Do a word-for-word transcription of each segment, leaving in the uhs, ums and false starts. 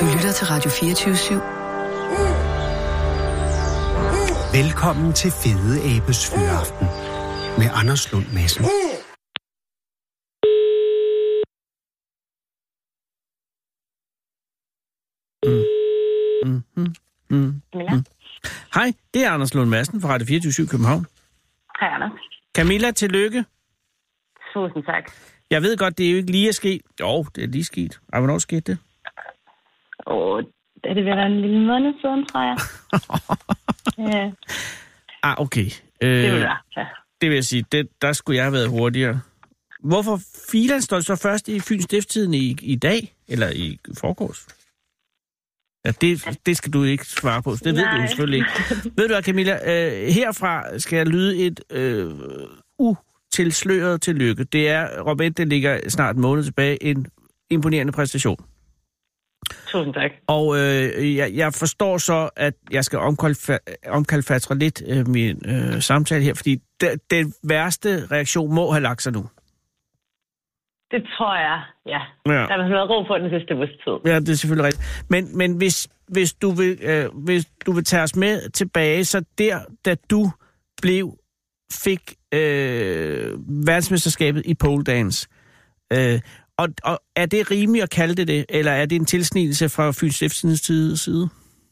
Du lytter til Radio fireogtyve syv. Velkommen til Fede Abes Fyraften med Anders Lund Madsen. Mm. Mm. Mm. Mm. Hej, det er Anders Lund Madsen fra Radio fireogtyve syv København. Hej, Anders. Camilla, tillykke. Tusind tak. Jeg ved godt, det er jo ikke lige at ske. Jo, det er lige sket. Ej, hvornår skete det? Åh, det er det vel en lille måned siden, tror jeg. Ja. Ah, okay. Øh, Det vil være, ja. Det vil jeg sige, det, der skulle jeg have været hurtigere. Hvorfor filen står så først i Fyns Stiftstidende i, i dag? Eller i forgårs? Ja, det, det skal du ikke svare på. Det ved Nej. du selvfølgelig ikke. Ved du hvad, Camilla? Øh, herfra skal jeg lyde et øh, utilsløret tillykke. Det er, Robert, det ligger snart en måned tilbage, en imponerende præstation. Tusind tak. Og øh, jeg, jeg forstår så, at jeg skal omkalfatre lidt øh, min øh, samtale her, fordi de, den værste reaktion må have lagt sig nu. Det tror jeg, ja. Ja. Der har været ro på den sidste uges tid. Ja, det er selvfølgelig rigtigt. Men, men hvis, hvis, du vil, øh, hvis du vil tage os med tilbage, så der, da du blev, fik øh, verdensmesterskabet i pole dance, øh, og, og er det rimeligt at kalde det det, eller er det en tilsnigelse fra Fyns Stiftstidendes side?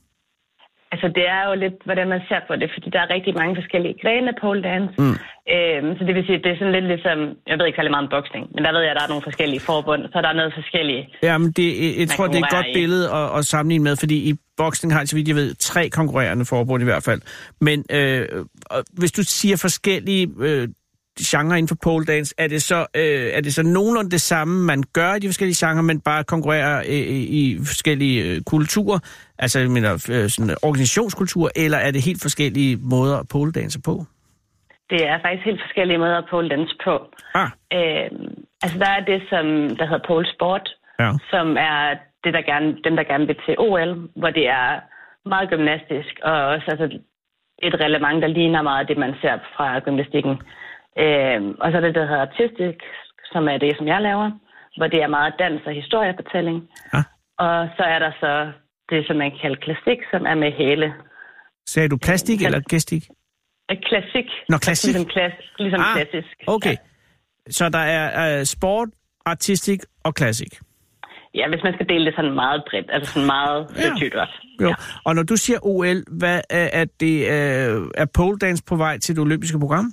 Altså, det er jo lidt, hvordan man ser på det, fordi der er rigtig mange forskellige grene af pole dance. Mm. Øhm, så det vil sige, at det er sådan lidt ligesom, jeg ved ikke særlig meget om boksning, men der ved jeg, at der er nogle forskellige forbund, så der er noget forskellige. Ja, men det, jeg, jeg tror, det er et godt i. billede at, at sammenligne med, fordi i boksning har, så vidt jeg ved, tre konkurrerende forbund i hvert fald. Men øh, hvis du siger forskellige øh, genre inden for pole dance, er det så øh, er det så nogenlunde det samme, man gør i de forskellige genrer, men bare konkurrerer øh, i forskellige øh, kulturer, altså jeg mener, øh, sådan organisationskultur, eller er det helt forskellige måder at pole danse på? Det er faktisk helt forskellige måder at pole dance på. Ah. Øhm, altså, der er det, som der hedder pole sport, ja. som er det, der gerne, dem, der gerne vil til O L, hvor det er meget gymnastisk, og også altså, et reglement, der ligner meget det, man ser fra gymnastikken. Øhm, og så er det, der hedder artistik, som er det, som jeg laver, hvor det er meget dans og historiefortælling. Ja. Og så er der så det, som man kalder klassik, som er med hæle. Sagde du plastik øhm, eller gestik? Klassik. Nå, klassik. Ligesom, klass, ligesom ah, klassisk. Okay. Ja. Så der er uh, sport, artistik og klassik? Ja, hvis man skal dele det sådan meget bredt, altså sådan meget tydeligt. Ja. Jo. Og når du siger O L, hvad er, er det? Uh, er pole dance på vej til det olympiske program?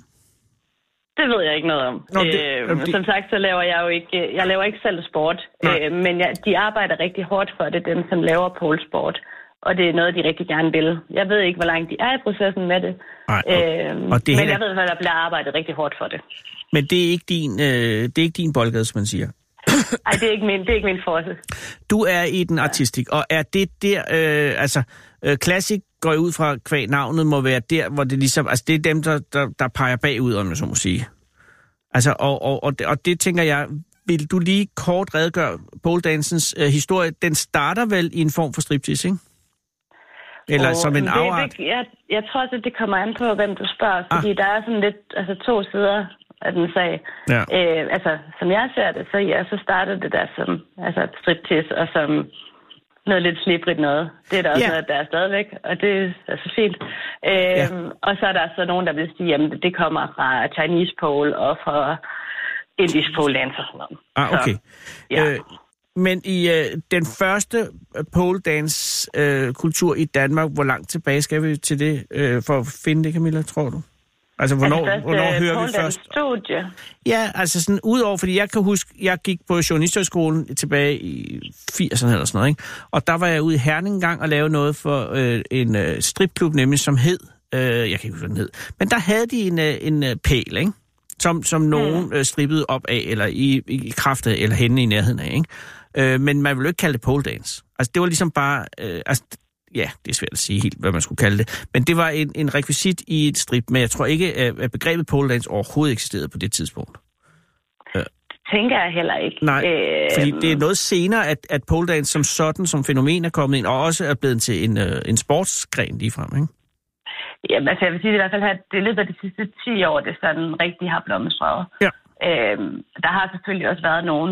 Det ved jeg ikke noget om. Nå, det, øh, det, som sagt, så laver jeg jo ikke, jeg laver ikke selv sport, øh, men jeg, de arbejder rigtig hårdt for det, dem som laver polesport. Og det er noget, de rigtig gerne vil. Jeg ved ikke, hvor langt de er i processen med det. Nej, og, øh, og det men heller... jeg ved, at der bliver arbejdet rigtig hårdt for det. Men det er ikke din, øh, det er ikke din boldgade, som man siger. Nej, det er ikke min, det er ikke min force. Du er i den artistik, og er det der, øh, altså, øh, klassik går ud fra kvæg navnet, må være der, hvor det ligesom, altså det er dem, der, der, der peger bagud, om jeg så må sige. Altså, og, og, og, det, og det tænker jeg, vil du lige kort redegøre poledancens øh, historie? Den starter vel i en form for striptease, ikke? Eller oh, som en afart? Det, jeg, jeg tror også, at det kommer an på, hvem du spørger, fordi ah. der er sådan lidt, altså to sider af den sag. Ja. Øh, altså, som jeg ser det, så, ja, så startede det der som altså, striptease og som noget lidt slibrigt noget. Det er der også yeah. noget, der er stadigvæk, og det er så fint. Øh, yeah. Og så er der så nogen, der vil sige, at det kommer fra Chinese pole og fra indisk pole dance og sådan noget. Ah, okay. Så, ja. øh, men i øh, den første pole dance øh, kultur i Danmark, hvor langt tilbage skal vi til det, øh, for at finde det, Camilla, tror du? Altså, hvornår, altså, hvornår hører vi først? Studie. Ja, altså sådan udover, fordi jeg kan huske, jeg gik på journalisthøjskolen tilbage i firserne eller sådan noget, ikke? Og der var jeg ude i Herning en gang og lavede noget for øh, en øh, stripklub, nemlig som hed, øh, jeg kan ikke huske, hvad den hed, men der havde de en, øh, en øh, pæl, ikke? Som, som nogen øh, strippede op af, eller i, i kraft af, eller henne i nærheden af, ikke? Øh, men man ville jo ikke kalde det pole dance. Altså, det var ligesom bare, øh, altså, ja, det er svært at sige helt, hvad man skulle kalde det. Men det var en, en rekvisit i et strip, men jeg tror ikke, at begrebet pole dance overhovedet eksisterede på det tidspunkt. Det tænker jeg heller ikke. Nej, øh... fordi det er noget senere, at, at pole dance som sådan, som fænomen er kommet ind, og også er blevet til en, uh, en sportsgren ligefrem, ikke? Jamen, altså jeg vil sige i hvert fald, at det er løbet af de sidste ti år, det sådan rigtig har blomstret. Ja. Øhm, der har selvfølgelig også været nogen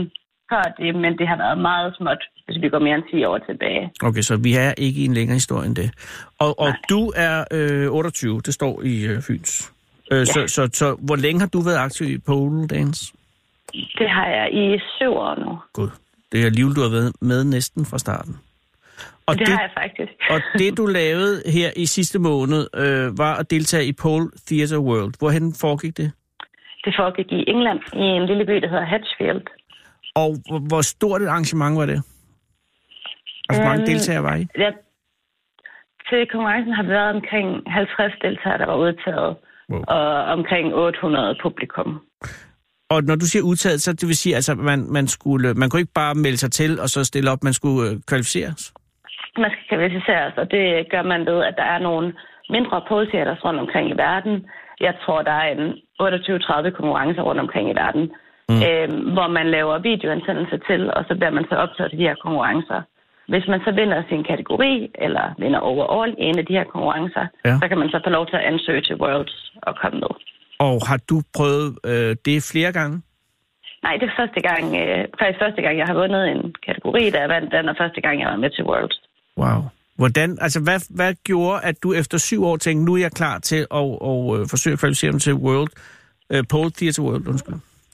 før det, men det har været meget småt, hvis vi går mere end ti år tilbage. Okay, så vi er ikke i en længere historie end det. Og, og du er øh, otteogtyve, det står i øh, Fyns. Øh, ja. så, så, så hvor længe har du været aktiv i pole dance? Det har jeg i syv år nu. Gud, det er alligevel, du har været med næsten fra starten. Og det, det har jeg faktisk. Og det, du lavede her i sidste måned, øh, var at deltage i Pole Theatre World. Hvorhen foregik det? Det foregik i England, i en lille by, der hedder Hatchfield. Og hvor stort et arrangement var det? Altså, hvor mange um, deltagere var I? Ja, til konkurrencen har vi været omkring halvtreds deltagere, der var udtaget, wow. Og omkring otte hundrede publikum. Og når du siger udtaget, så det vil sige, altså, man, man skulle, man kunne ikke bare melde sig til, og så stille op, man skulle øh, kvalificeres? Man skal kvalificeres, og det gør man ved, at der er nogle mindre pole theaters rundt omkring i verden. Jeg tror, der er en otteogtyve til tredive konkurrencer rundt omkring i verden, mm. øh, hvor man laver videoansendelse til, og så bliver man så optaget til de her konkurrencer. Hvis man så vinder sin kategori, eller vinder overall i en af de her konkurrencer, ja. Så kan man så få lov til at ansøge til Worlds og komme med. Og har du prøvet øh, det flere gange? Nej, det er første gang, øh, faktisk første gang, jeg har vundet en kategori, der jeg vandt den, og første gang, jeg var med til Worlds. Wow. Hvordan, altså hvad, hvad gjorde, at du efter syv år tænkte, nu er jeg klar til at og, øh, forsøge at kvalificere mig til World, øh, Pole Theatre World, undskyld?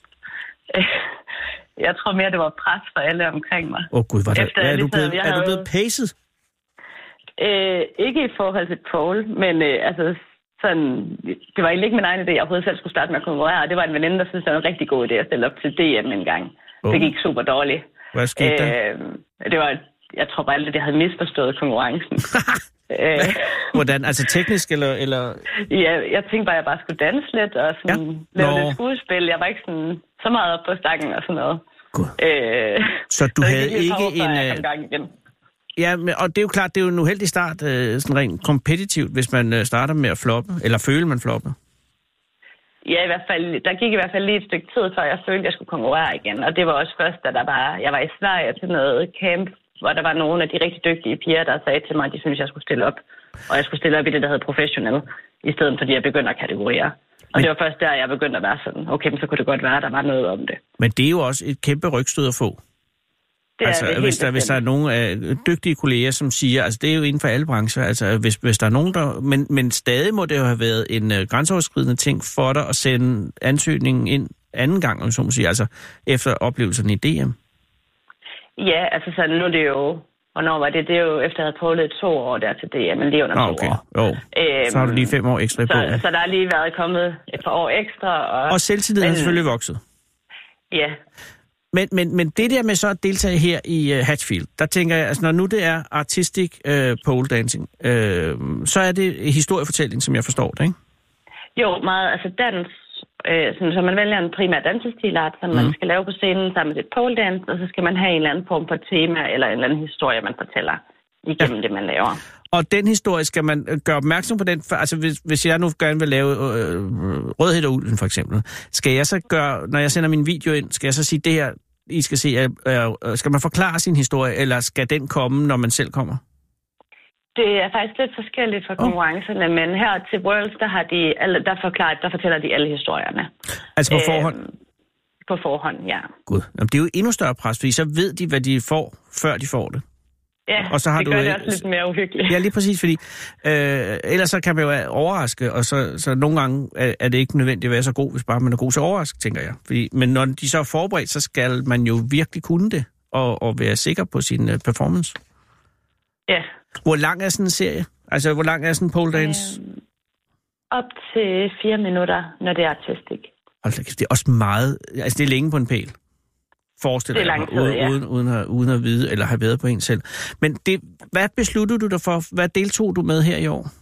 Jeg tror mere, det var pres for alle omkring mig. Åh oh, gud, var det, efter, er, du blevet, er havde... du blevet paced? Øh, ikke i forhold til pole, men øh, altså sådan, det var egentlig ikke min egen idé, jeg overhovedet selv skulle starte med at konkurrere, og det var en veninde, der synes, det var en rigtig god idé at stille op til D M en gang. Oh. Det gik super dårligt. Hvad skete der? Øh, det var, jeg tror bare aldrig, jeg havde misforstået konkurrencen. Hvordan? Altså teknisk, eller, eller...? Ja, jeg tænkte bare, at jeg bare skulle danse lidt, og sådan ja. lave Nå. lidt skuespil. Jeg var ikke sådan så meget op på stakken og sådan noget. Øh, så du så havde ikke en... Igen. Ja, og det er jo klart, det er jo en uheldig start, sådan rent kompetitivt, hvis man starter med at floppe, eller føle, man floppe. Ja, i hvert fald, der gik i hvert fald lige et stykke tid, før jeg følte, at jeg skulle konkurrere igen. Og det var også først, da der var, jeg var i Sverige til noget camp, hvor der var nogle af de rigtig dygtige piger, der sagde til mig, at de syntes, at jeg skulle stille op. Og jeg skulle stille op i det, der hedder professionel, i stedet for de, jeg begynder at kategoriere. Og men, det var først der, jeg begyndte at være sådan, okay, så kunne det godt være, at der var noget om det. Men det er jo også et kæmpe rygstød at få. Det altså, er hvis, der, hvis der er nogle af dygtige kolleger, som siger, altså det er jo inden for alle brancher, altså hvis, hvis der er nogen, der... Men, men stadig må det jo have været en uh, grænseoverskridende ting for dig at sende ansøgningen ind anden gang, om så må sige, altså efter oplevelsen i D M. Ja, altså så nu er det jo... Hvornår var det? Det er jo efter, at jeg havde prøvet to år der til D M, men lige under ah, to okay. år. Jo. Æm, så har du lige fem år ekstra på. Så, så der er lige været kommet et par år ekstra. Og, og selvtilliden er selvfølgelig vokset. Ja. Men, men, men det der med så at deltage her i uh, Hatchfield, der tænker jeg, altså når nu det er artistic uh, pole dancing, uh, så er det historiefortælling, som jeg forstår det, ikke? Jo, meget. Altså dans, øh, sådan, så man vælger en primær dansestilart, som mm. man skal lave på scenen sammen med et pole dance, og så skal man have en eller anden form for tema, eller en eller anden historie, man fortæller igennem ja. det, man laver. Og den historie, skal man gøre opmærksom på den? For, altså, hvis, hvis jeg nu gerne vil lave øh, Rødhed og Ulven, for eksempel, skal jeg så gøre, når jeg sender min video ind, skal jeg så sige, det her, I skal se, øh, øh, skal man forklare sin historie, eller skal den komme, når man selv kommer? Det er faktisk lidt forskelligt fra konkurrencerne, oh. men her til Worlds, der har de, der forklaret, der fortæller de alle historierne. Altså på forhånd? Æm, på forhånd, ja. Gud, jamen, det er jo endnu større pres, fordi så ved de, hvad de får, før de får det. Ja, og så har det du gør et, det også lidt mere uhyggeligt. Ja, lige præcis, fordi øh, ellers så kan man jo overraske, og så, så nogle gange er, er det ikke nødvendigt at være så god, hvis bare man er god til at overraske, tænker jeg. Fordi, men når de så er forberedt, så skal man jo virkelig kunne det, og, og være sikker på sin uh, performance. Ja. Hvor lang er sådan en serie? Altså, hvor lang er sådan en pole dance? Øhm, op til fire minutter, når det er artistic. Altså, det er også meget... Altså, det er længe på en pæl. Forestil dig, tid, uden, ja. uden, uden, at, uden at vide, eller have været på en selv. Men det, hvad besluttede du dig for? Hvad deltog du med her i år?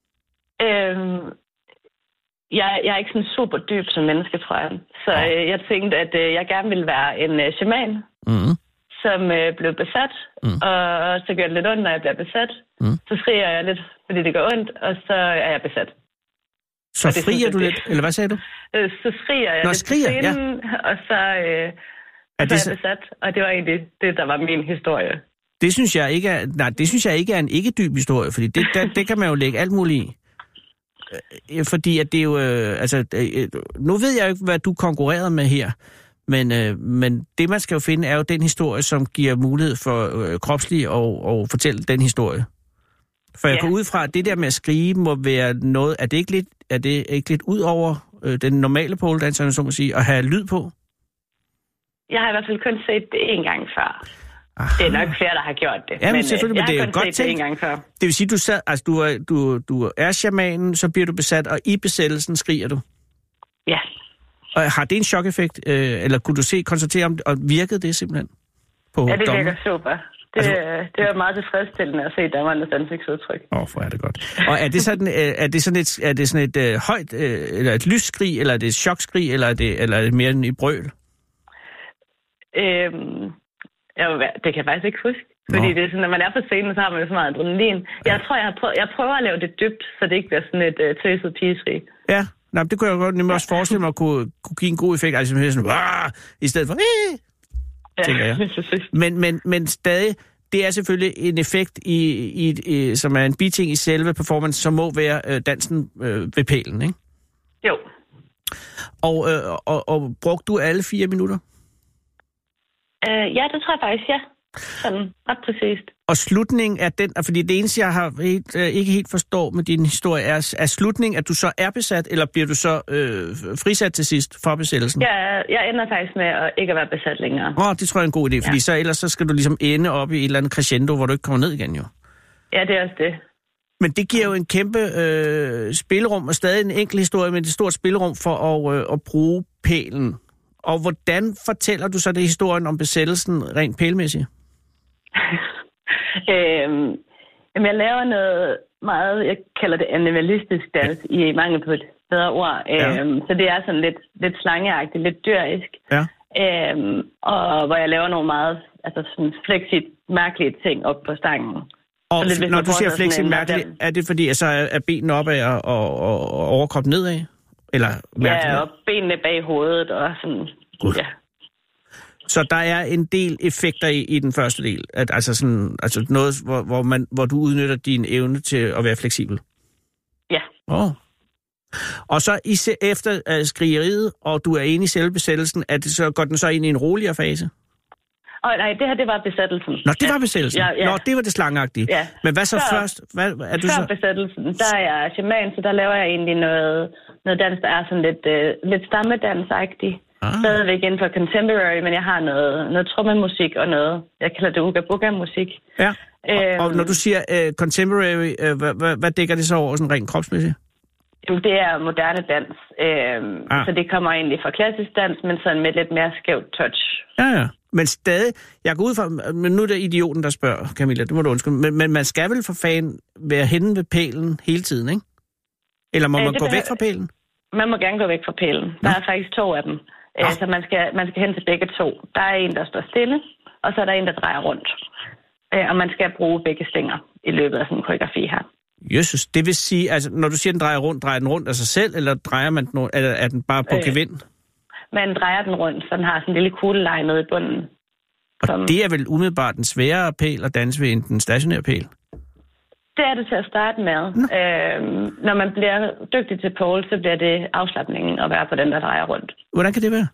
Øhm, jeg, jeg er ikke sådan super dyb som menneske, tror jeg. Så ja. øh, jeg tænkte, at øh, jeg gerne ville være en øh, shaman. Mm. som øh, blev besat, mm. og så gør det lidt ondt, når jeg bliver besat. Mm. Så skriger jeg lidt, fordi det gør ondt, og så er jeg besat. Så det, frier synes, du lidt, eller hvad sagde du? Øh, så skriger jeg Nå, lidt skriger, på scenen, ja. og så, øh, er så er jeg besat. Og det var egentlig det, der var min historie. Det synes jeg ikke er, nej, det synes jeg ikke er en ikke-dyb historie, fordi det, der, det kan man jo lægge alt muligt i. Fordi at det er jo, øh, altså, øh, nu ved jeg jo ikke, hvad du konkurrerede med her, Men, øh, men det, man skal jo finde, er jo den historie, som giver mulighed for øh, kropslig og, og fortælle den historie. For jeg ja. går ud fra, at det der med at skrige må være noget... Er det ikke lidt, er det ikke lidt ud over øh, den normale poledanser, så må sige, at have lyd på? Jeg har i hvert fald kun set det en gang før. Aha. Det er nok flere, der har gjort det. Ja, men, men selvfølgelig, men jeg det er har jo kun godt set tænkt. det en gang før. Det vil sige, du sad, altså du er, du, du er shamanen, så bliver du besat, og i besættelsen skriger du? Ja. Og har det en chok-effekt, øh, eller kunne du se, konstatere, om og virkede det simpelthen på Ja, det dommer? virker super. Det, altså, det var meget tilfredsstillende at se dommernes ansigtsudtryk. Åh, oh, hvor er det godt. Og er det sådan, er det sådan et, er det sådan et øh, højt, øh, eller et lysskrig, eller er det et chokskrig, eller er det, eller er det mere end i brøl? Øhm, jeg, det kan jeg faktisk ikke huske. Fordi Nå. det er sådan, når man er på scenen, så har man jo så meget adrenalin. Jeg tror, jeg, prøver, jeg prøver at lave det dybt, så det ikke bliver sådan et uh, tøset pigeskrig. Ja, nej, det kunne jeg godt nemlig også forestille mig at kunne, kunne give en god effekt. Altså sådan, Wah! I stedet for, Wah! tænker jeg. Men, men, men stadig, det er selvfølgelig en effekt, i, i, i, som er en biting i selve performance, som må være øh, dansen øh, ved pælen, ikke? Jo. Og, øh, og, og brugte du alle fire minutter? Uh, ja, det tror jeg faktisk, ja. Sådan, ret præcist. Og slutningen er den, fordi det eneste, jeg har helt, øh, ikke helt forstår med din historie, er, er slutningen, at du så er besat, eller bliver du så øh, frisat til sidst for besættelsen? Ja, jeg ender faktisk med at ikke at være besat længere. Åh, det tror jeg er en god idé, fordi ja. så ellers så skal du ligesom ende op i et eller andet crescendo, hvor du ikke kommer ned igen, jo. Ja, det er også det. Men det giver jo en kæmpe øh, spillerum, og stadig en enkel historie, men et stort spillerum for at, øh, at bruge pælen. Og hvordan fortæller du så det historien om besættelsen rent pælmæssigt? øhm, jeg laver noget meget, jeg kalder det animalistisk dans, i mangel på et bedre ord. Ja. Øhm, så det er sådan lidt, lidt slangeagtigt, lidt dyrisk. Ja. Øhm, og hvor jeg laver nogle meget altså sådan flexigt, mærkelige ting op på stangen. Og lidt, når du siger flexigt mærkeligt, er det fordi, at så er, er benene opad og, og, og overkroppen nedad? Eller ja, og benene bag hovedet og sådan. God. Ja. Så der er en del effekter i, i den første del, at, altså, sådan, altså noget, hvor, hvor, man, hvor du udnytter din evne til at være fleksibel. Ja. Oh. Og så i, efter uh, skrigeriet, og du er inde i selve besættelsen, er det så, går den så ind i en roligere fase? Åh, oh, nej, det her, det var besættelsen. Nå, det var besættelsen? Ja, ja. Nå, det var det slangeagtige. Ja. Men hvad så før, først? Hvad, er du før så... besættelsen, der er jeg shaman, så der laver jeg egentlig noget, noget dans, der er sådan lidt, øh, lidt stammedansagtigt. Ah. Stadigvæk inden for contemporary, men jeg har noget, noget trommemusik og noget, jeg kalder det uga-buga-musik. Ja, og, øhm, og når du siger uh, contemporary, uh, hvad, hvad, hvad dækker det så over sådan rent kropsmæssigt? Jamen, det er moderne dans, øhm, ah. så det kommer egentlig fra klassisk dans, men sådan med lidt mere skævt touch. Ja, ja. Men stadig, jeg går ud fra, men nu er det idioten, der spørger, Camilla, det må du undskylde, men, men man skal vel for fanden være henne ved pælen hele tiden, ikke? Eller må øh, man gå væk fra pælen? Man må gerne gå væk fra pælen. Der Nå. er faktisk to af dem. Æ, så man skal, man skal hen til begge to. Der er en, der står stille, og så er der en, der drejer rundt. Æ, og man skal bruge begge stænger i løbet af sådan en koreografi her. Jesus, det vil sige, altså når du siger, den drejer rundt, drejer den rundt af sig selv, eller drejer man den rundt, eller er den bare på øh, gevind? Man drejer den rundt, så den har sådan en lille kugleleje nede i bunden. Og som... det er vel umiddelbart den sværere pæl at danse ved end den stationære pæl? Det er det til at starte med. Øhm, når man bliver dygtig til pole, så bliver det afslapningen at være på den, der drejer rundt. Hvordan kan det være?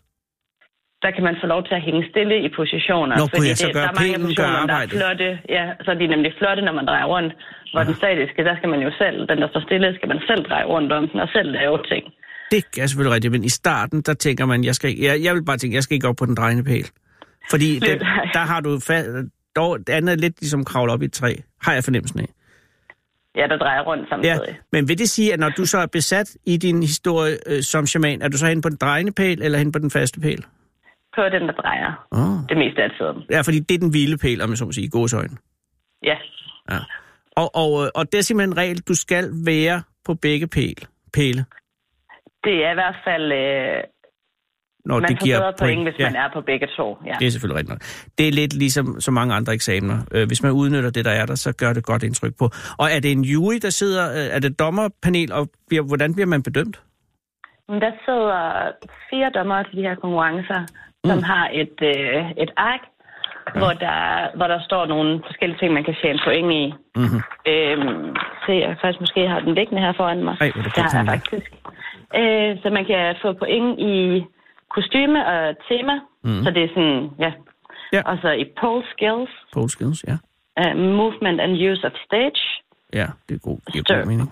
Der kan man få lov til at hænge stille i positioner. Nå, fordi det, der er mange positioner, der er flotte. Ja, så er de nemlig flotte, når man drejer rundt. Hvor ja. Den statiske, der skal man jo selv, den der står stille, skal man selv dreje rundt om den og selv lave ting. Det er selvfølgelig rigtigt, men i starten, der tænker man, jeg, skal, jeg, jeg vil bare tænke, jeg skal ikke op på den drejende pæl. Fordi det, der har du fa- dog, det andet er lidt ligesom kravle op i et træ. Har jeg fornemmelsen af. Ja, der drejer rundt samtidig. Ja, men vil det sige, at når du så er besat i din historie øh, som shaman, er du så henne på den drejende pæl, eller henne på den faste pæl? På den, der drejer. Oh. Det meste af tiden. Ja, fordi det er den vilde pæl, om jeg så må sige, i gåseøjne. Ja. Ja. Og, og, og det er simpelthen en regel, du skal være på begge pæl, pæle. Det er i hvert fald... Øh, Når man det får giver bedre point, point hvis ja. Man er på begge to. Ja. Det er selvfølgelig rigtigt nok. Det er lidt ligesom så mange andre eksamener. Hvis man udnytter det, der er der, så gør det godt indtryk på. Og er det en jury, der sidder... Er det dommerpanel, og bliver, hvordan bliver man bedømt? Der sidder fire dommere til de her konkurrencer, mm. som har et, øh, et ark, ja. hvor, der, hvor der står nogle forskellige ting, man kan tjene point i. Mm-hmm. Øhm, se, jeg faktisk måske har den liggende her foran mig. Ej, det, det har jeg faktisk. Øh, så man kan få point i kostyme og tema. Mm. Så det er sådan, ja. ja. Og så i pole skills. Pole skills, ja. Uh, movement and use of stage. Ja, det er god, det er god mening.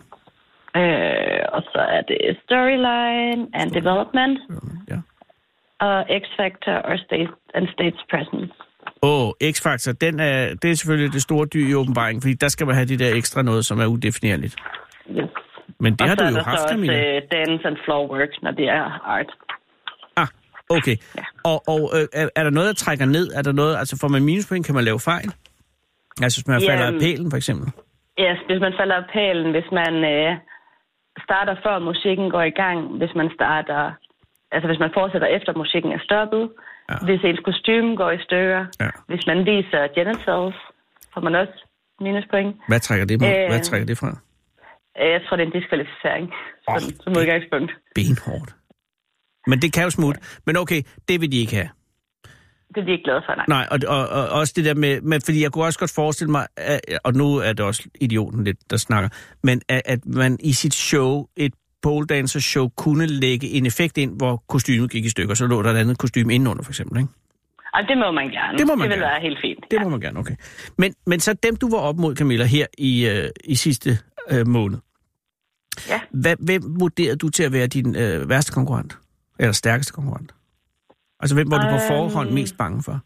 Uh, og så er det storyline and Story. development. Ja. Og X-Factor og stage, and stage presence. Åh, oh, X-Factor, den er, det er selvfølgelig det store dyr i åbenbaringen, fordi der skal man have det der ekstra noget, som er udefinerligt. Yes. Men det og har du jo haft, Camilla. Og så er der også dance and floor work, når det er art. Ah, okay. Ja. Og, og øh, er, er der noget, der trækker ned? Er der noget, altså får man minuspoint, kan man lave fejl? Altså hvis man yeah. falder af pælen, for eksempel? Ja, yes, hvis man falder af pælen, hvis man øh, starter før musikken går i gang, hvis man starter, altså hvis man fortsætter efter musikken er stoppet, ja. Hvis ens kostume går i stykker, ja. Hvis man viser genitals, får man også minuspoint. Hvad trækker det, øh, Hvad trækker det fra? Jeg tror, det er en diskvalificering, oh, som, som udgangspunkt. Benhårdt. Men det kan jo smutte. Men okay, det vil de ikke have. Det er de ikke glade for, nej. Nej, og, og, og også det der med, med, fordi jeg kunne også godt forestille mig, at, og nu er det også idioten lidt, der snakker, men at, at man i sit show, et pole dancer show, kunne lægge en effekt ind, hvor kostymet gik i stykker, så lå der et andet kostume indenunder, for eksempel, ikke? Ej, det må man gerne. Det må man det vil gerne. være helt fint. Det ja. må man gerne, okay. Men, men så dem, du var op mod, Camilla, her i, øh, i sidste øh, måned. Ja. Hvad, hvem vurderede du til at være din øh, værste konkurrent? Eller stærkeste konkurrent? Altså, hvem var du på forhånd mest bange for?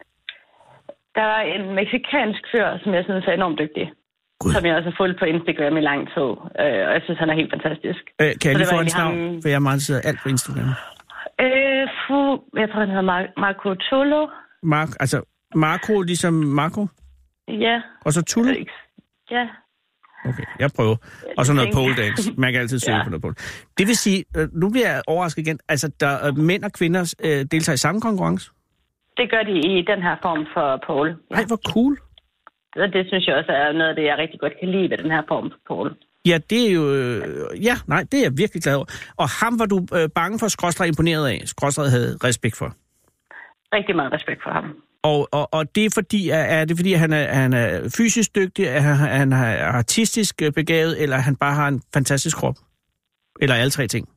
Der var en mexikansk fyr, som jeg synes er enormt dygtig. God. Som jeg også har fulgt på Instagram i lang tid. Øh, og jeg synes, han er helt fantastisk. Øh, kan jeg lige få hans navn? Ham... For jeg er meget interesseret alt på Instagram. Øh, fu... Jeg tror, han hedder Mar- Marco Tullo. Mark, altså, Marco ligesom Marco? Ja. Og så Tullo? Ja. Okay, jeg prøver. Og så noget pole dance. Man kan altid søge ja. på noget pole. Det vil sige, nu bliver jeg overrasket igen, altså der er mænd og kvinder øh, deltager i samme konkurrence? Det gør de i den her form for pole. Ja. Ej, hvor cool. Det, det synes jeg også er noget af det, jeg rigtig godt kan lide ved den her form for pole. Ja, det er jo... Øh, ja, nej, det er jeg virkelig glad over. Og ham var du øh, bange for, skråstreg imponeret af? Skråstreg havde respekt for? Rigtig meget respekt for ham. Og, og, og det er fordi, er, er det fordi, han er, han er fysisk dygtig, er han, han er artistisk begavet, eller han bare har en fantastisk krop? Eller alle tre ting?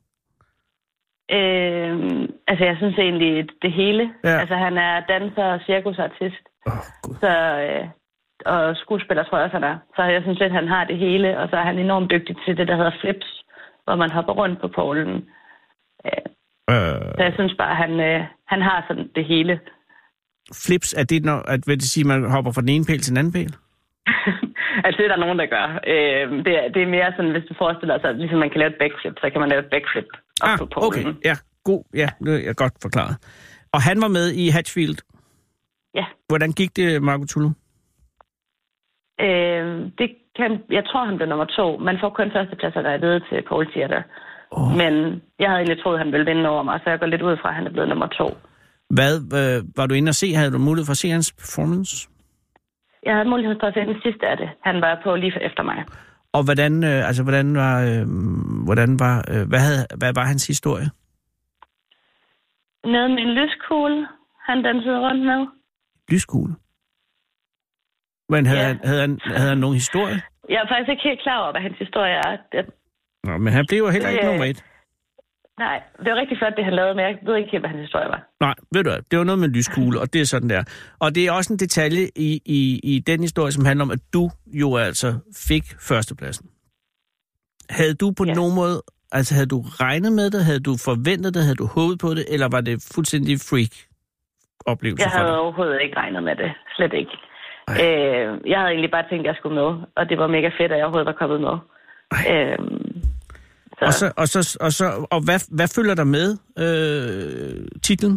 Øh, altså, jeg synes egentlig det hele. Ja. Altså, han er danser og cirkusartist. Oh, så, øh, og skuespiller, tror jeg også, han er. Så jeg synes lidt, han har det hele, og så er han enormt dygtig til det, der hedder flips, hvor man hopper rundt på polen. Øh, øh. Så jeg synes bare, han, øh, han har sådan det hele. Flips, er det, når, at, vil det sige, at man hopper fra den ene pæl til den anden pæl? Altså, det er der nogen, der gør. Øh, det, er, det er mere sådan, hvis du forestiller sig, at ligesom man kan lave et backflip, så kan man lave et backflip op ah, på polen. Okay, ja, god. Ja, det er godt forklaret. Og han var med i Hatchfield? Ja. Hvordan gik det, Marco Tullo? Øh, det kan, jeg tror, han blev nummer to. Man får kun førstepladser, der er ledet til Pole Theater. Oh. Men jeg havde egentlig troet, at han ville vinde over mig, så jeg går lidt ud fra, at han er blevet nummer to. Hvad, øh, var du inde og se? Havde du mulighed for at se hans performance? Jeg havde mulighed for at se den sidste af det. Han var på lige efter mig. Og hvordan, øh, altså, hvordan var, øh, hvordan var, øh, hvad, havde, hvad var hans historie? Noget med en lyskugle, han dansede rundt med. Lyskugle? Men havde, ja. han, havde, han, havde han nogen historie? Jeg er faktisk ikke helt klar over, hvad hans historie er. Det... Nå, men han blev jo heller ikke øh... nummer et. Nej, det var rigtig flot, det han lavede, men jeg ved ikke helt, hvad hans historie var. Nej, ved du hvad, det var noget med lyskugle, og det er sådan der. Og det er også en detalje i, i, i den historie, som handler om, at du jo altså fik førstepladsen. Havde du på ja. nogen måde, altså havde du regnet med det, havde du forventet det, havde du håbet på det, eller var det fuldstændig freak oplevelse for dig? Jeg havde overhovedet ikke regnet med det, slet ikke. Øh, jeg havde egentlig bare tænkt, at jeg skulle med, og det var mega fedt, at jeg overhovedet var kommet med. Øh, Så. Og, så, og, så, og, så, og hvad, hvad følger der med øh, titlen?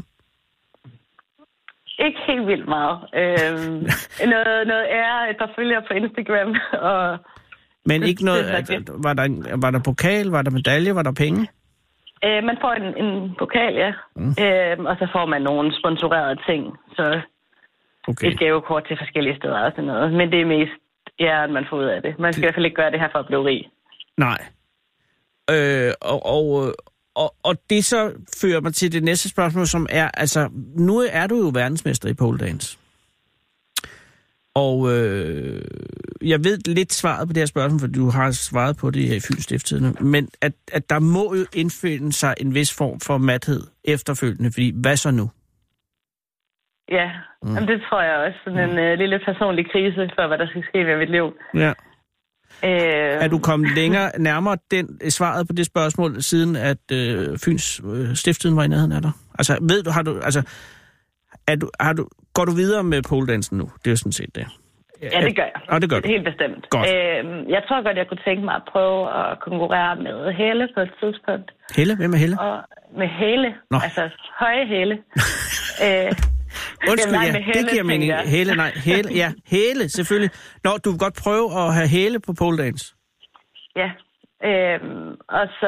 Ikke helt vildt meget. Øhm, noget, noget ære, et par følgere på Instagram. Og Men ikke noget... Altså, var, der, var der pokal? Var der medalje? Var der penge? Øh, man får en, en pokal, ja. Mm. Øhm, og så får man nogle sponsorerede ting. Så okay. Et gavekort til forskellige steder og sådan noget. Men det er mest æren, man får ud af det. Man skal det... i hvert fald ikke gøre det her for at blive rig. Nej. Øh, og, og, og, og det så fører mig til det næste spørgsmål, som er, altså, nu er du jo verdensmester i pole dance. Og øh, jeg ved lidt svaret på det her spørgsmål, for du har svaret på det i Fyns Stiftstidende, men at, at der må jo indfinde sig en vis form for mathed efterfølgende, fordi hvad så nu? Ja, mm. Jamen, det tror jeg også. Sådan en mm. uh, lille personlig krise for, hvad der skal ske med mit liv. Ja. Øh... Er du kommet længere nærmere den svaret på det spørgsmål, siden at øh, Fyns øh, Stiftstidende var i nærheden af dig? Altså, ved du, har du, altså, er du, har du, går du videre med poledansen nu? Det er jo sådan set det. Ja, det gør jeg. Og det gør du. Helt bestemt. Godt. Øh, jeg tror godt, jeg kunne tænke mig at prøve at konkurrere med Helle på et tidspunkt. Helle? Hvem er Helle? Og med Helle. Nå. Altså, høje Helle. øh, Undskyld, ja, Helle, det giver mening. Helle, nej. Helle, ja, Helle, selvfølgelig. Nå, du vil godt prøve at have Helle på poledans. Ja. Øh, og så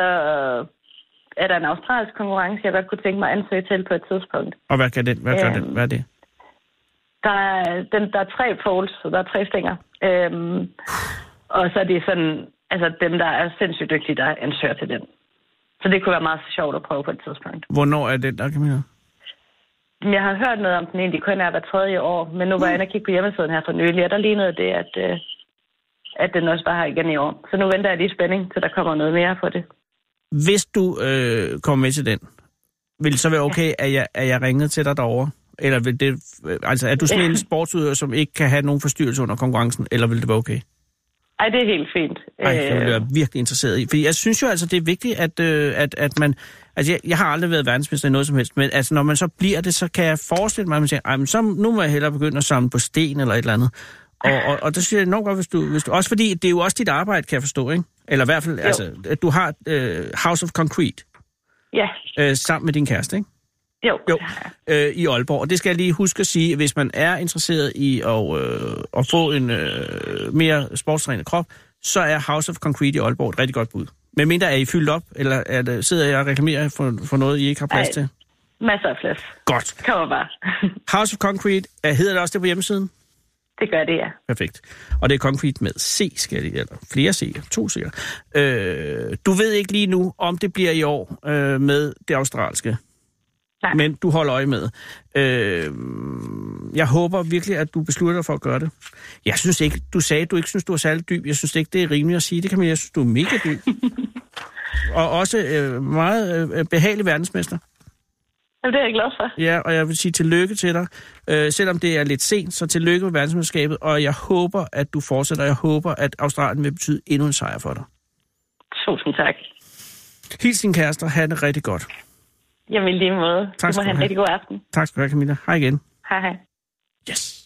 er der en australsk konkurrence, jeg godt kunne tænke mig at ansøge til på et tidspunkt. Og hvad, kan den? hvad gør øh, den? Hvad er det? Der er, den, der er tre poles, så der er tre stænger. Øhm, og så er det sådan, altså dem, der er sindssygt dygtige, der ansøger til den. Så det kunne være meget sjovt at prøve på et tidspunkt. Hvornår er den der, Camilla? Jeg har hørt noget om den egentlig kun er hver tredje år, men nu var jeg inde og kigge på hjemmesiden her for nylig, og der lignede det, at, at den også bare har igen i år. Så nu venter jeg lige spænding, til der kommer noget mere på det. Hvis du øh, kommer med til den, vil det så være okay, ja. at, jeg, at jeg ringede til dig derovre? Eller vil det, altså er du sådan en sportsudøver, som ikke kan have nogen forstyrrelse under konkurrencen, eller vil det være okay? Ej, det er helt fint. Ej, det vil jeg virkelig interesseret i. Fordi jeg synes jo altså, det er vigtigt, at, at, at man... Altså, jeg, jeg har aldrig været verdensmester i noget som helst, men altså, når man så bliver det, så kan jeg forestille mig, at man siger, ej, men så, nu må jeg hellere begynde at samle på sten eller et eller andet. Og, og, og det synes jeg enormt godt, hvis du, hvis du... Også fordi, det er jo også dit arbejde, kan jeg forstå, ikke? Eller i hvert fald, jo. altså, at du har uh, House of Concrete. Ja. Uh, sammen med din kæreste, ikke? Jo, jo øh, i Aalborg. Og det skal jeg lige huske at sige, hvis man er interesseret i at, øh, at få en øh, mere sportstrænet krop, så er House of Concrete i Aalborg et rigtig godt bud. Men mindre er I fyldt op, eller er det, sidder jeg og reklamerer for, for noget, I ikke har plads Ej, til? Masser af plads. Godt. Kommer bare. House of Concrete, er, hedder det også det på hjemmesiden? Det gør det, ja. Perfekt. Og det er Concrete med C, skal det, eller flere C'er, to C'er. Øh, du ved ikke lige nu, om det bliver i år øh, med det australske. Nej. Men du holder øje med. Øh, jeg håber virkelig, at du beslutter dig for at gøre det. Jeg synes ikke, du sagde, at du ikke synes, du er særlig dyb. Jeg synes ikke, det er rimeligt at sige. Det kan man, jeg synes, du er mega dyb. Og også øh, meget øh, behagelig verdensmester. Jamen, det er jeg glad for. Ja, og jeg vil sige tillykke til dig. Øh, selvom det er lidt sent, så tillykke med verdensmesterskabet. Og jeg håber, at du fortsætter. Jeg håber, at Australien vil betyde endnu en sejr for dig. Tusind tak. Hils din kæreste og have det rigtig godt. Jamen, i lige måde. Tak du må have en rigtig god aften. Tak skal du have, Camilla. Hej igen. Hej, hej. Yes.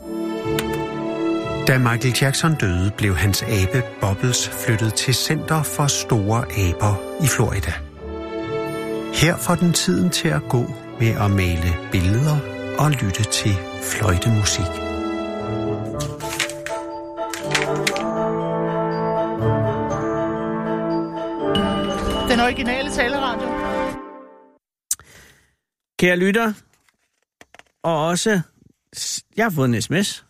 Da Michael Jackson døde, blev hans abe Bubbles flyttet til Center for Store Aber i Florida. Her får den tiden til at gå med at male billeder og lytte til fløjtemusik. Den originale taleradio. Kære lytter, og også, jeg har fået en sms.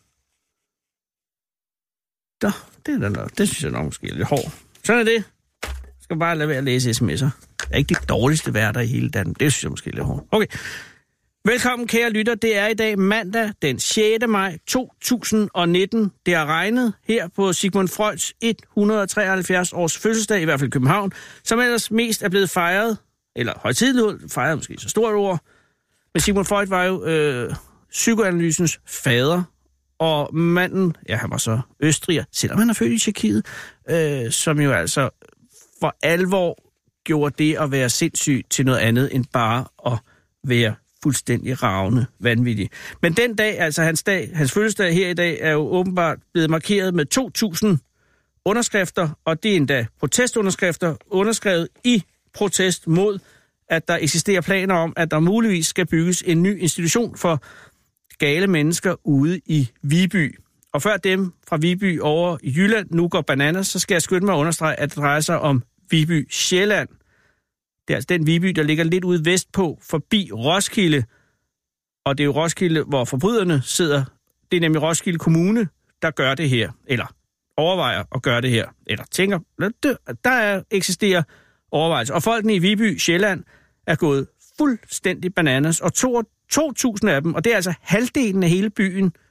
Da, det er da nok, det synes jeg nok måske er lidt hård. Sådan er det. Jeg skal bare lade være at læse sms'er. Det er ikke de dårligste værter i hele Danmark. Det synes jeg måske er lidt hårdt. Okay. Velkommen, kære lytter. Det er i dag mandag den sjette maj to tusind og nitten. Det har regnet her på Sigmund Freuds et hundrede og treoghalvfjerds års fødselsdag, i hvert fald i København, som ellers mest er blevet fejret, eller højtideligt fejret, måske så stort ord. Men Sigmund Freud var jo øh, psykoanalysens fader, og manden, ja, han var så østriger, selvom han er født i Tjekkiet, øh, som jo altså for alvor gjorde det at være sindssyg til noget andet end bare at være fuldstændig ravne vanvittig. Men den dag, altså hans dag, hans fødselsdag her i dag, er jo åbenbart blevet markeret med to tusind underskrifter, og det er endda protestunderskrifter, underskrevet i protest mod, at der eksisterer planer om, at der muligvis skal bygges en ny institution for gale mennesker ude i Viby. Og før dem fra Viby over i Jylland nu går bananas, så skal jeg skynde mig at understrege, at det drejer sig om Viby Sjælland. Det er altså den Viby, der ligger lidt ude vestpå, forbi Roskilde. Og det er jo Roskilde, hvor forbryderne sidder. Det er nemlig Roskilde Kommune, der gør det her. Eller overvejer at gøre det her. Eller tænker, der er, eksisterer overvejelser. Og folkene i Viby Sjælland er gået fuldstændig bananas. Og to tusind af dem, og det er altså halvdelen af hele byen,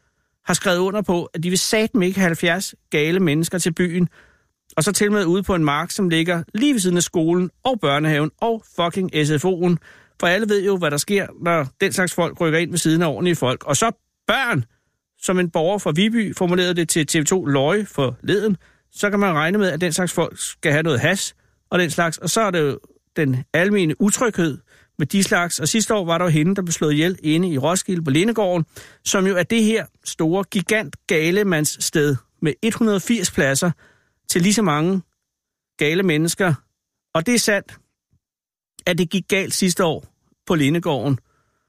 har skrevet under på, at de vil satme ikke have halvfjerds gale mennesker til byen, og så til med ude på en mark, som ligger lige ved siden af skolen og børnehaven og fucking S F O'en. For alle ved jo, hvad der sker, når den slags folk rykker ind ved siden af ordentlige folk. Og så børn, som en borger fra Viby formulerede det til T V to Løje for leden, så kan man regne med, at den slags folk skal have noget has og den slags. Og så er det jo den almene utryghed med de slags. Og sidste år var der jo hende, der blev slået ihjel inde i Roskilde på Lindegården, som jo er det her store, gigant galemandssted med et hundrede og firs pladser til lige så mange gale mennesker. Og det er sandt, at det gik galt sidste år på Lindegården.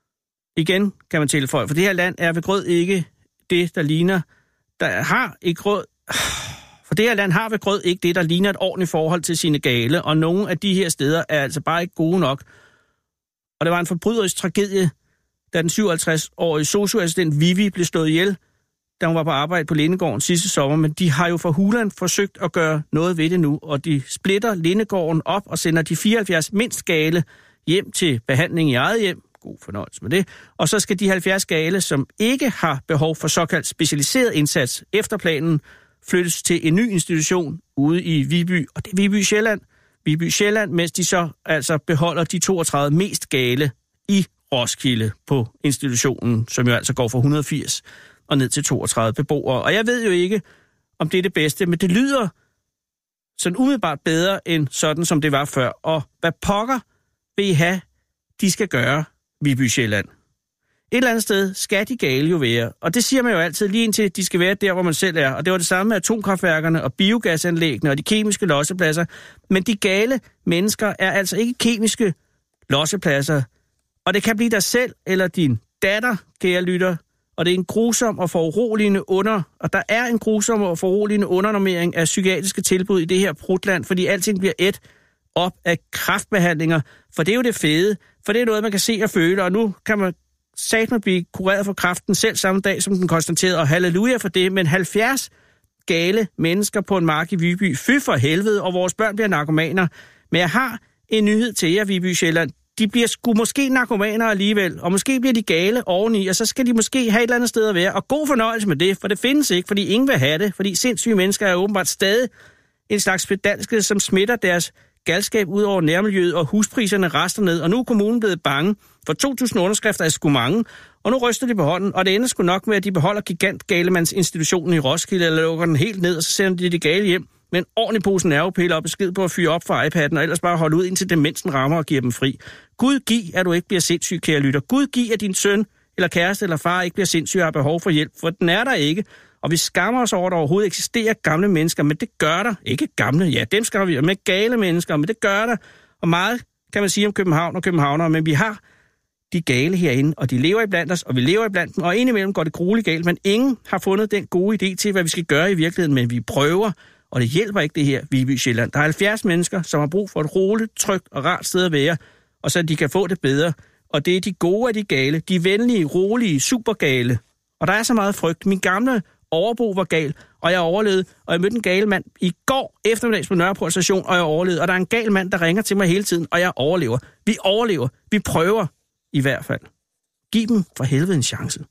Igen kan man tilføje, for det her land er ved grød ikke det, der ligner, der har i grød, for det her land har ved grød ikke det, der ligner et ordentligt forhold til sine gale, og nogle af de her steder er altså bare ikke gode nok. Og det var en forbryderisk tragedie, da den syvoghalvtreds-årige socioassistent Vivi blev slået ihjel, da hun var på arbejde på Lindegården sidste sommer, men de har jo fra Huland forsøgt at gøre noget ved det nu, og de splitter Lindegården op og sender de fireoghalvfjerds mindst gale hjem til behandling i eget hjem. God fornøjelse med det. Og så skal de halvfjerds gale, som ikke har behov for såkaldt specialiseret indsats efter planen, flyttes til en ny institution ude i Viby, og det er Viby Sjælland. Viby Sjælland, mens de så altså beholder de toogtredive mest gale i Roskilde på institutionen, som jo altså går fra et hundrede og firs og ned til toogtredive beboere. Og jeg ved jo ikke, om det er det bedste, men det lyder sådan umiddelbart bedre end sådan, som det var før. Og hvad pokker vil I have, de skal gøre Viby Sjælland? Et eller andet sted skal de gale jo være, og det siger man jo altid lige indtil de skal være der, hvor man selv er. Og det var det samme med atomkraftværkerne og biogasanlæggene og de kemiske lossepladser. Men de gale mennesker er altså ikke kemiske lossepladser. Og det kan blive dig selv eller din datter, kære lytter. Og det er en grusom og foruroligende under, og der er en grusom og foruroligende undernormering af psykiatriske tilbud i det her prutland, fordi alting bliver et op af kræftbehandlinger. For det er jo det fede, for det er noget, man kan se og føle, og nu kan man satme blive kureret for kræften selv samme dag, som den konstaterede, og halleluja for det, men halvfjerds gale mennesker på en mark i Viby, fy for helvede, og vores børn bliver narkomaner. Men jeg har en nyhed til jer, Viby Sjælland. De bliver sgu måske narkomaner alligevel, og måske bliver de gale oveni, og så skal de måske have et eller andet sted at være. Og god fornøjelse med det, for det findes ikke, fordi ingen vil have det, fordi sindssyge mennesker er åbenbart stadig en slags pedalske, som smitter deres galskab ud over nærmiljøet, og huspriserne rester ned, og nu er kommunen blevet bange. For to tusind underskrifter er sgu mange, og nu ryster de på hånden, og det ender sgu nok med, at de beholder gigant galemandsinstitutionen i Roskilde, eller lukker den helt ned, og så sender de de gale hjem med en ordentlig pose nervepiller og besked på at fyre op for iPad'en, og ellers bare holde ud, indtil demensen rammer og giver dem fri. Gud giv, at du ikke bliver sindssyg, kære lytter. Gud giv, at din søn, eller kæreste, eller far ikke bliver sindssyg og har behov for hjælp, for den er der ikke. Og vi skammer os over, at der overhovedet eksisterer gamle mennesker, men det gør der. Ikke gamle, ja, dem skal vi, med gale mennesker, men det gør der. Og meget kan man sige om København og københavnere, men vi har de gale herinde, og de lever iblandt os, og vi lever iblandt dem, og indimellem går det grueligt galt, men ingen har fundet den gode idé til, hvad vi skal gøre i virkeligheden, men vi prøver, og det hjælper ikke det her, Viby Sjælland. Der er halvfjerds mennesker, som har brug for et roligt, trygt og rart sted at være, og så de kan få det bedre. Og det er de gode af de gale, de venlige, rolige, supergale. Og der er så meget frygt. Min gamle overbo var gal, og jeg overlevede, og jeg mødte en gal mand i går eftermiddags på Nørreport station, og jeg overlevede. Og der er en gal mand, der ringer til mig hele tiden, og jeg overlever. Vi overlever. Vi prøver i hvert fald. Giv dem for helvede en chance.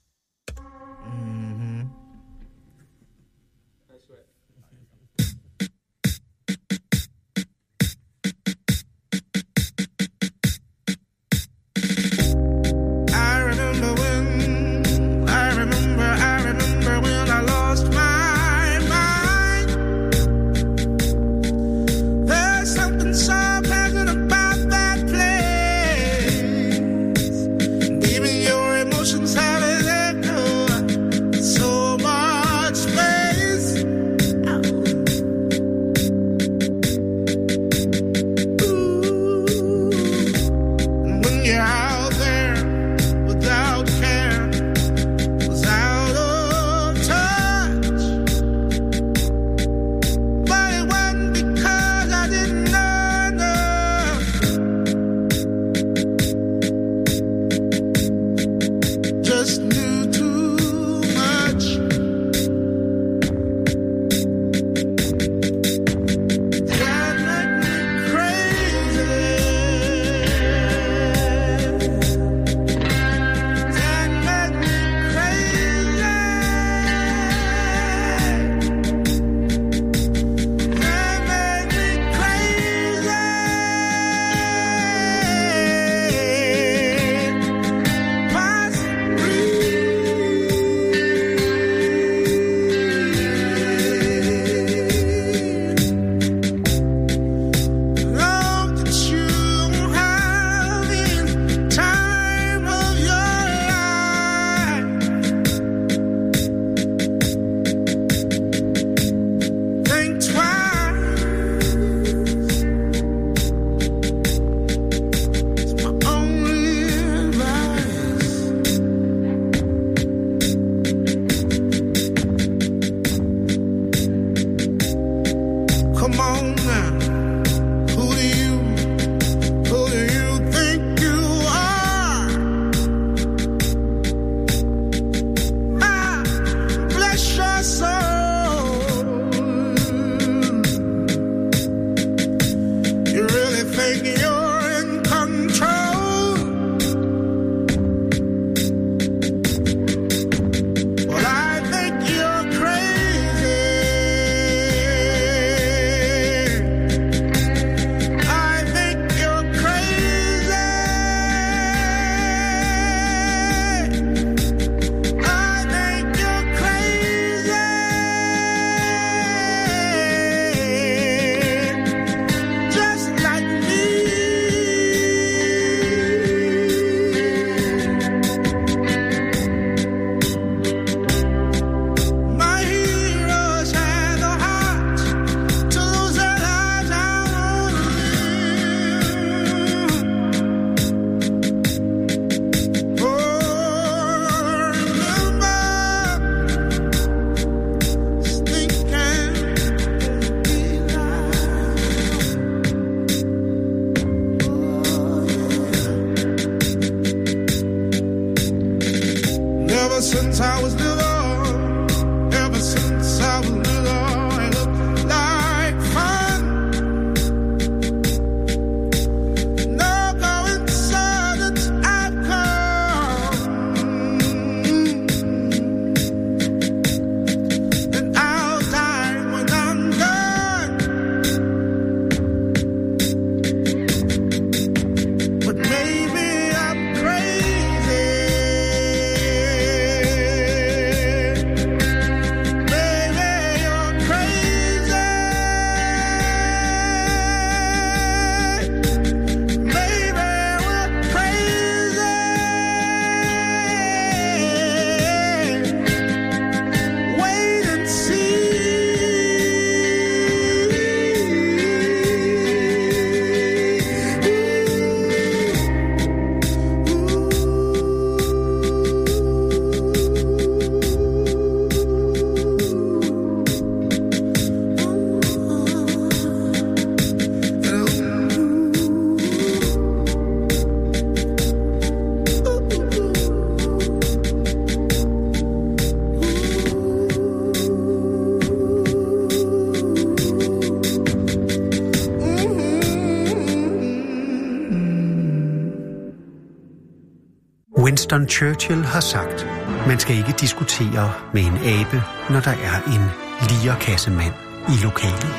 Winston Churchill har sagt, man skal ikke diskutere med en abe, når der er en lierkassemand i lokalet.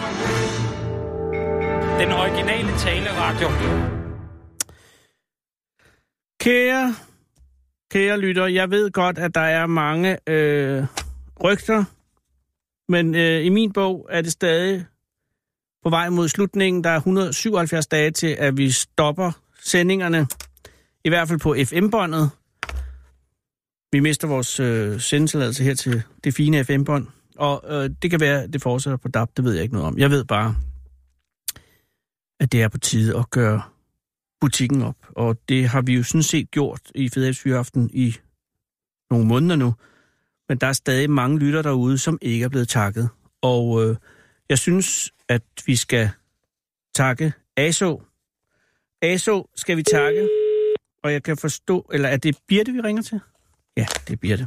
Den originale taleradio. Kære, kære lytter, jeg ved godt, at der er mange øh, rygter, men øh, i min bog er det stadig på vej mod slutningen. Der er et hundrede og syvoghalvfjerds dage til, at vi stopper sendingerne, i hvert fald på F M-båndet. Vi mister vores øh, sendetilladelse her til det fine F M-bånd, og øh, det kan være, at det fortsætter på D A B, det ved jeg ikke noget om. Jeg ved bare, at det er på tide at gøre butikken op, og det har vi jo sådan set gjort i Fede Fyraften i nogle måneder nu, men der er stadig mange lytter derude, som ikke er blevet takket, og øh, jeg synes, at vi skal takke A S O. A S O skal vi takke, og jeg kan forstå, eller er det Birte, vi ringer til? Ja, det er Birte.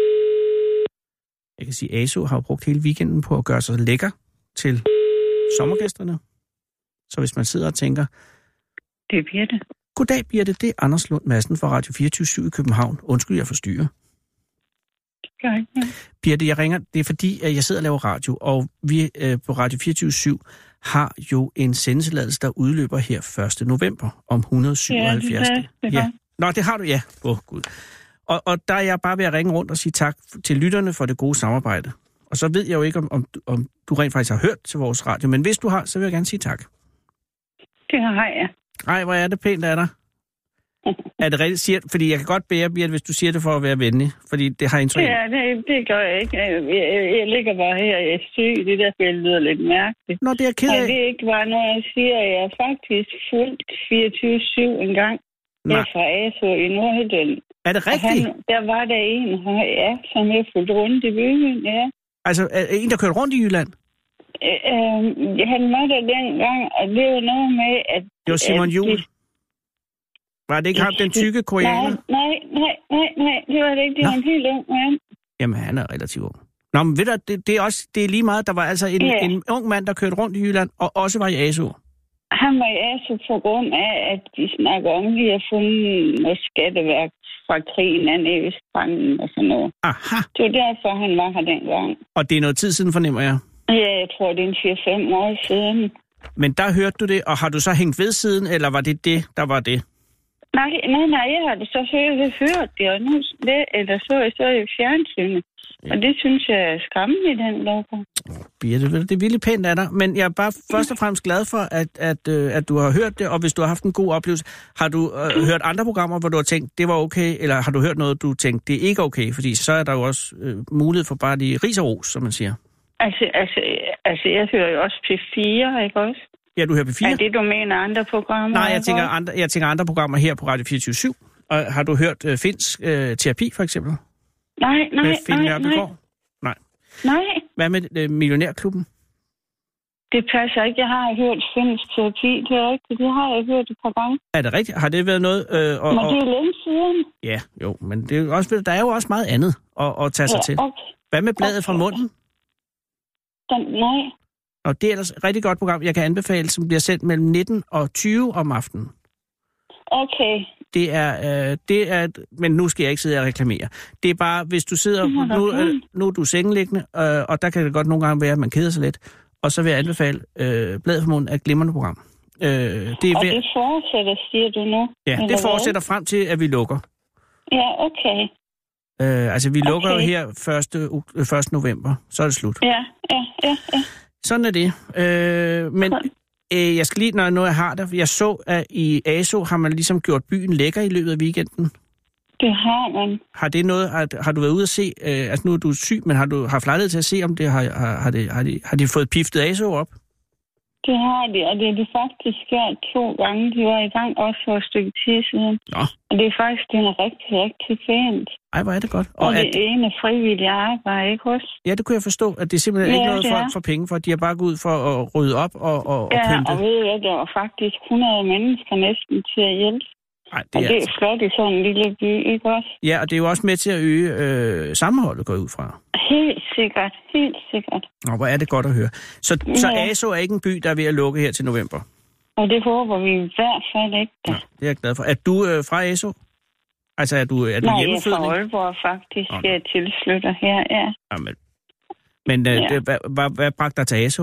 Jeg kan sige, at A S O har jo brugt hele weekenden på at gøre sig lækker til sommergæsterne. Så hvis man sidder og tænker... Det er Birte. Goddag, Birte. Det er Anders Lund Madsen fra Radio fireogtyve syv i København. Undskyld, jeg forstyrrer. Det gør ikke noget. Birte, jeg ringer. Det er fordi, at jeg sidder og laver radio, og vi øh, på Radio fireogtyve syv har jo en sendetilladelse, der udløber her første november om et hundrede og syvoghalvfjerds. Ja, det, det ja. Nå, det har du, ja. Åh, oh, Gud. Og, og der er jeg bare ved at ringe rundt og sige tak til lytterne for det gode samarbejde. Og så ved jeg jo ikke, om, om, om du rent faktisk har hørt til vores radio, men hvis du har, så vil jeg gerne sige tak. Det har jeg. Ej, hvor er det pænt af dig. Er det rigtigt? Siger, fordi jeg kan godt bære, Birte, hvis du siger det for at være venlig, fordi det har indtryk. Ja, det, det gør jeg ikke. Jeg, jeg, jeg ligger bare her, jeg er syg, det der det lyder lidt mærkeligt. Nå, det er ked af. Og det er ikke bare noget, jeg siger, jeg er faktisk fuldt fireogtyve syv en gang. Jeg er fra A S O i Nordjylland. Er det rigtigt? Han, der var der en, ja, som jeg fulgte rundt i byen, ja. Altså, er en, der kørte rundt i Jylland? Øh, øh, han var der dengang, og det var noget med, at... Det var Simon Juhl. De... Var det ikke ham, den tykke koreaner? Nej, nej, nej, nej, nej, det var det ikke. Det Nå. var en helt ung mand. Jamen, han er relativt ung. Nå, men ved du, det, det, er også, det er lige meget. Der var altså en, ja. en ung mand, der kørte rundt i Jylland, og også var i A S O. Han var i A S O på grund af, at de snakker om, at de har fundet noget skatteværk fra krigen af nede ved stranden og sådan noget. Aha. Det var derfor, han var her dengang. Og det er noget tid siden, fornemmer jeg? Ja, jeg tror, det er en fire fem år siden. Men der hørte du det, og har du så hængt ved siden, eller var det det, der var det? Nej, nej, nej, jeg har det så hørt, hørt det, og nu det, eller så jeg så i fjernsynet. Ja. Og det synes jeg er skræmmende i den logo. Birte, det er virkelig pænt af dig, men jeg er bare først og fremmest glad for, at, at, at du har hørt det, og hvis du har haft en god oplevelse, har du uh, hørt andre programmer, hvor du har tænkt, det var okay, eller har du hørt noget, du tænkte, det er ikke okay, fordi så er der jo også uh, mulighed for bare lige ris og ros, som man siger. Altså, altså, altså jeg hører jo også P fire, ikke også? Ja, du hører P fire? Er det, du mener andre programmer? Nej, jeg tænker andre, jeg tænker andre programmer her på Radio fireogtyve syv. Og har du hørt uh, Finsk uh, terapi, for eksempel? Nej, nej, med Finn nej, nej. Nej. Nej. Hvad med uh, Millionærklubben? Det passer ikke. Jeg har hørt Finsk terapi, det er rigtigt. Det har jeg hørt et par gange. Er det rigtigt? Har det været noget... Øh, og, men det er længe siden. Ja, jo, men det er også, der er jo også meget andet at, at tage sig ja, til. Okay. Hvad med bladet okay. fra munden? Den, nej. Og det er ellers et rigtig godt program, jeg kan anbefale, som bliver sendt mellem nitten og tyve om aftenen. Okay. Det er, øh, det er, men nu skal jeg ikke sidde og reklamere. Det er bare, hvis du sidder, nu, øh, nu er du sengeliggende, øh, og der kan det godt nogle gange være, at man keder sig lidt, og så vil jeg anbefale øh, bladet fra munden af et glimrende program. Øh, det er og ved... det fortsætter, siger du nu? Ja, det fortsætter frem til, at vi lukker. Ja, okay. Øh, altså, vi lukker okay. jo her første november, så er det slut. Ja, ja, ja, ja. Sådan er det. Øh, men øh, jeg skal lige, når jeg nu har det, jeg så, at i A S O har man ligesom gjort byen lækker i løbet af weekenden. Det har man. Har det noget, har, har du været ude at se, øh, altså nu er du syg, men har du haft lejlighed til at se, om det har, har, har, det, har, de, har de fået piftet A S O op? Det har de, og det er de faktisk gjort to gange. De var i gang også for et stykke tid siden. Nå. Og det er faktisk det er rigtig, rigtig fint. Ej, hvor er det godt. Og, og det at... ene frivillige arbejde, ikke også? Ja, det kunne jeg forstå, at det er simpelthen ja, ikke noget for, for penge, for de har bare gået ud for at rydde op og, og, ja, og pynte. Ja, og ved jeg, der var faktisk hundrede mennesker næsten til at hjælpe. Ej, det og er det er altså... flot i sådan en lille by, ikke også? Ja, og det er jo også med til at øge øh, sammenholdet, går ud fra. Helt sikkert, helt sikkert. Nå, hvor er det godt at høre. Så, ja. så A S O er ikke en by, der er ved at lukke her til november? Og det håber vi i hvert fald ikke. Nå, det er jeg glad for. Er du øh, fra A S O? Altså, er du, er du Nej, hjemmefødning? Nej, jeg er fra Aalborg faktisk. Okay. Jeg er tilflytter her, ja. Jamen. Men øh, Ja. det, hvad, hvad, hvad bragte dig til A S O?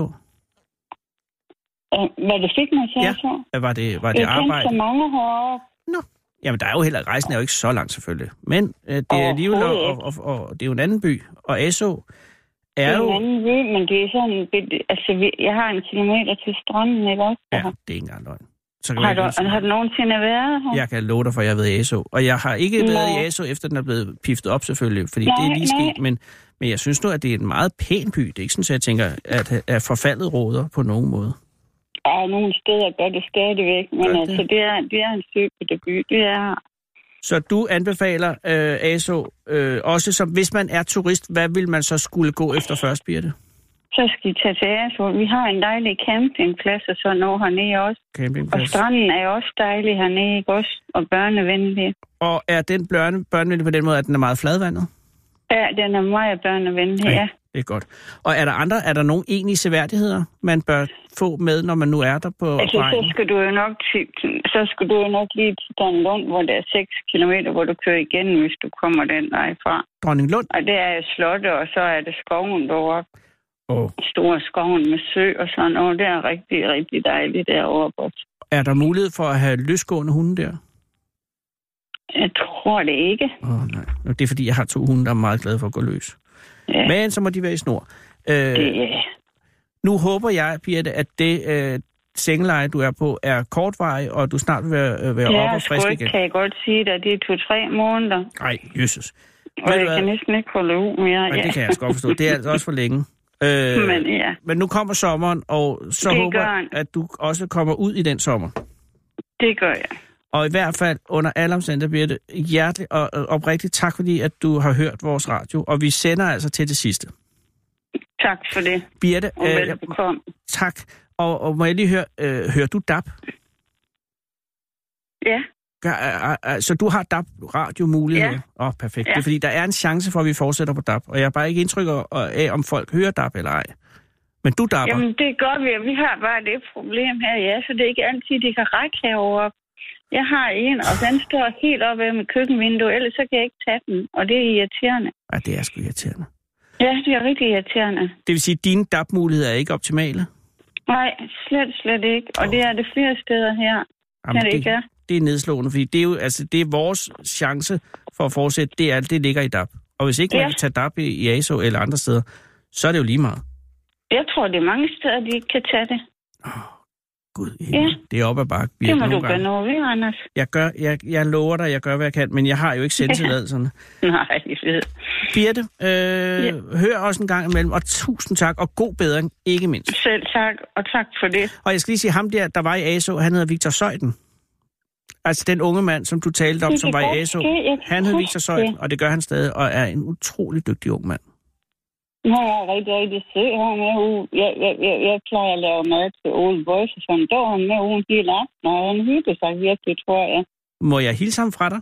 Øh, Hvad det fik mig til Ja. at så? Hvad var det, var det Jeg kendte arbejde? så mange heroppe. Nå. Jamen, der er jo heller, rejsen er jo ikke så langt selvfølgelig. Men øh, det er alligevel, og, og, og, og det er jo en anden by. Og A S O Det er er jo... en anden by, men det er sådan... det- Altså, vi- jeg har en kilometer til stranden, ikke også? Ja, det er ikke engang løgn. Så kan Har jeg, du, har du nogensinde været her? jeg kan love dig for, at jeg har været i A S O. Og jeg har ikke Nå. været i A S O, efter den er blevet piftet op selvfølgelig, fordi Nej, det er lige nej. sket. Men, men jeg synes nu, at det er en meget pæn by. Det er ikke sådan, at jeg tænker, at, at forfaldet råder på nogen måde. Der er nogle steder, gør det stadigvæk, men Gør det? altså, det er, det er en søgte by. Det er... Så du anbefaler øh, A S O, øh, også som, hvis man er turist, hvad vil man så skulle gå efter først, Birte? Så skal I tage til Aarhus. Vi har en dejlig campingplads og sådan noget hernede også. Og Campingplads. stranden er også dejlig hernede, ikke også? Og børnevenlig. Og er den børne, børnevenlig på den måde, at den er meget fladvandet? Ja, den er meget børnevenlig, ja. Det er godt. Og er der andre, er der nogle egentlige seværdigheder, man bør få med, når man nu er der på Altså, så vejen? skal du jo nok til, så skal du jo nok lige til Dronninglund, hvor der er seks kilometer, hvor du kører igen, hvis du kommer den vej fra. Dronninglund? Og det er jo slottet, og så er det skoven deroppe. Oh. Store skoven med sø og sådan noget. Det er rigtig, rigtig dejligt deroppe også. Er der mulighed for at have løsgående hunde der? Jeg tror det ikke. Åh, oh, nej. Det er fordi, jeg har to hunde, der er meget glade for at gå løs. Ja, Men så må de være i snor. Øh, det er... nu håber jeg, Birte, at det øh, sengeleje, du er på, er kortvarig, og du snart vil være, være Ja, op og frisk ikke, igen. kan jeg godt sige dig. Det er to-tre måneder. Nej, Jesus. Og jeg kan næsten ikke holde ud mere. Nej, Ja. det kan jeg også godt forstå. Det er altså også for længe. Øh, Men ja, men nu kommer sommeren, og så Det håber gør jeg, han. at du også kommer ud i den sommer. det gør jeg. Og i hvert fald under alle omstændigheder, Birte, hjertelig og og oprigtigt tak, fordi at du har hørt vores radio. Og vi sender altså til det sidste. Tak for det. Birte, Og øh, velbekomme. tak. Og, og må jeg lige høre, øh, hører du D A B? Ja, Gør, øh, øh, øh, så du har D A B-radiomuligheder? Åh, Ja. oh, perfekt. Ja. Det er fordi, der er en chance for, at vi fortsætter på D A B. Og jeg har bare ikke indtryk af, om folk hører D A B eller ej. Men du dapper. jamen det gør vi. Vi har bare det problem her, ja, så det er ikke altid, de kan række herover. Jeg har en, og den står helt oppe ved mit køkkenvindue, ellers så kan jeg ikke tage den, og det er irriterende. Ja, det er sgu irriterende. Ja, det er rigtig irriterende. Det vil sige, at dine D A B-muligheder er ikke optimale? Nej, slet, slet ikke. Og det er det flere steder her. Jamen, Kan det ikke være? det er nedslående, fordi det er jo altså, det er vores chance for at fortsætte, det er, det ligger i D A B. Og hvis ikke ja. man kan tage D A B i, i A S O eller andre steder, så er det jo lige meget. Jeg tror, det er mange steder, de ikke kan tage det. Åh, Gud, Ja. det er op ad bakke. Det må du gøre noget ved, Anders. Jeg, gør, jeg, jeg lover dig, jeg gør, hvad jeg kan, men jeg har jo ikke sendetilladelserne. Nej, jeg ved. Birte, øh, ja. hør også en gang imellem, og tusind tak, og god bedring, ikke mindst. Selv tak, og tak for det. Og jeg skal lige sige, ham der, der var i A S O, han hedder Victor Søjden. Altså den unge mand, som du talte om, Det som kan var i godt A S O. ske, jeg kan Han hed huske Victor Søjden, det. og det gør han stadig, og er en utrolig dygtig ung mand. Nu er jeg rigtig, rigtig sød her med uge. Jeg, jeg, jeg, jeg plejer at lave mad til Ole Boys, og sådan der han med ugen hele aften, og han hygger sig virkelig, tror jeg. Må jeg hilse ham fra dig?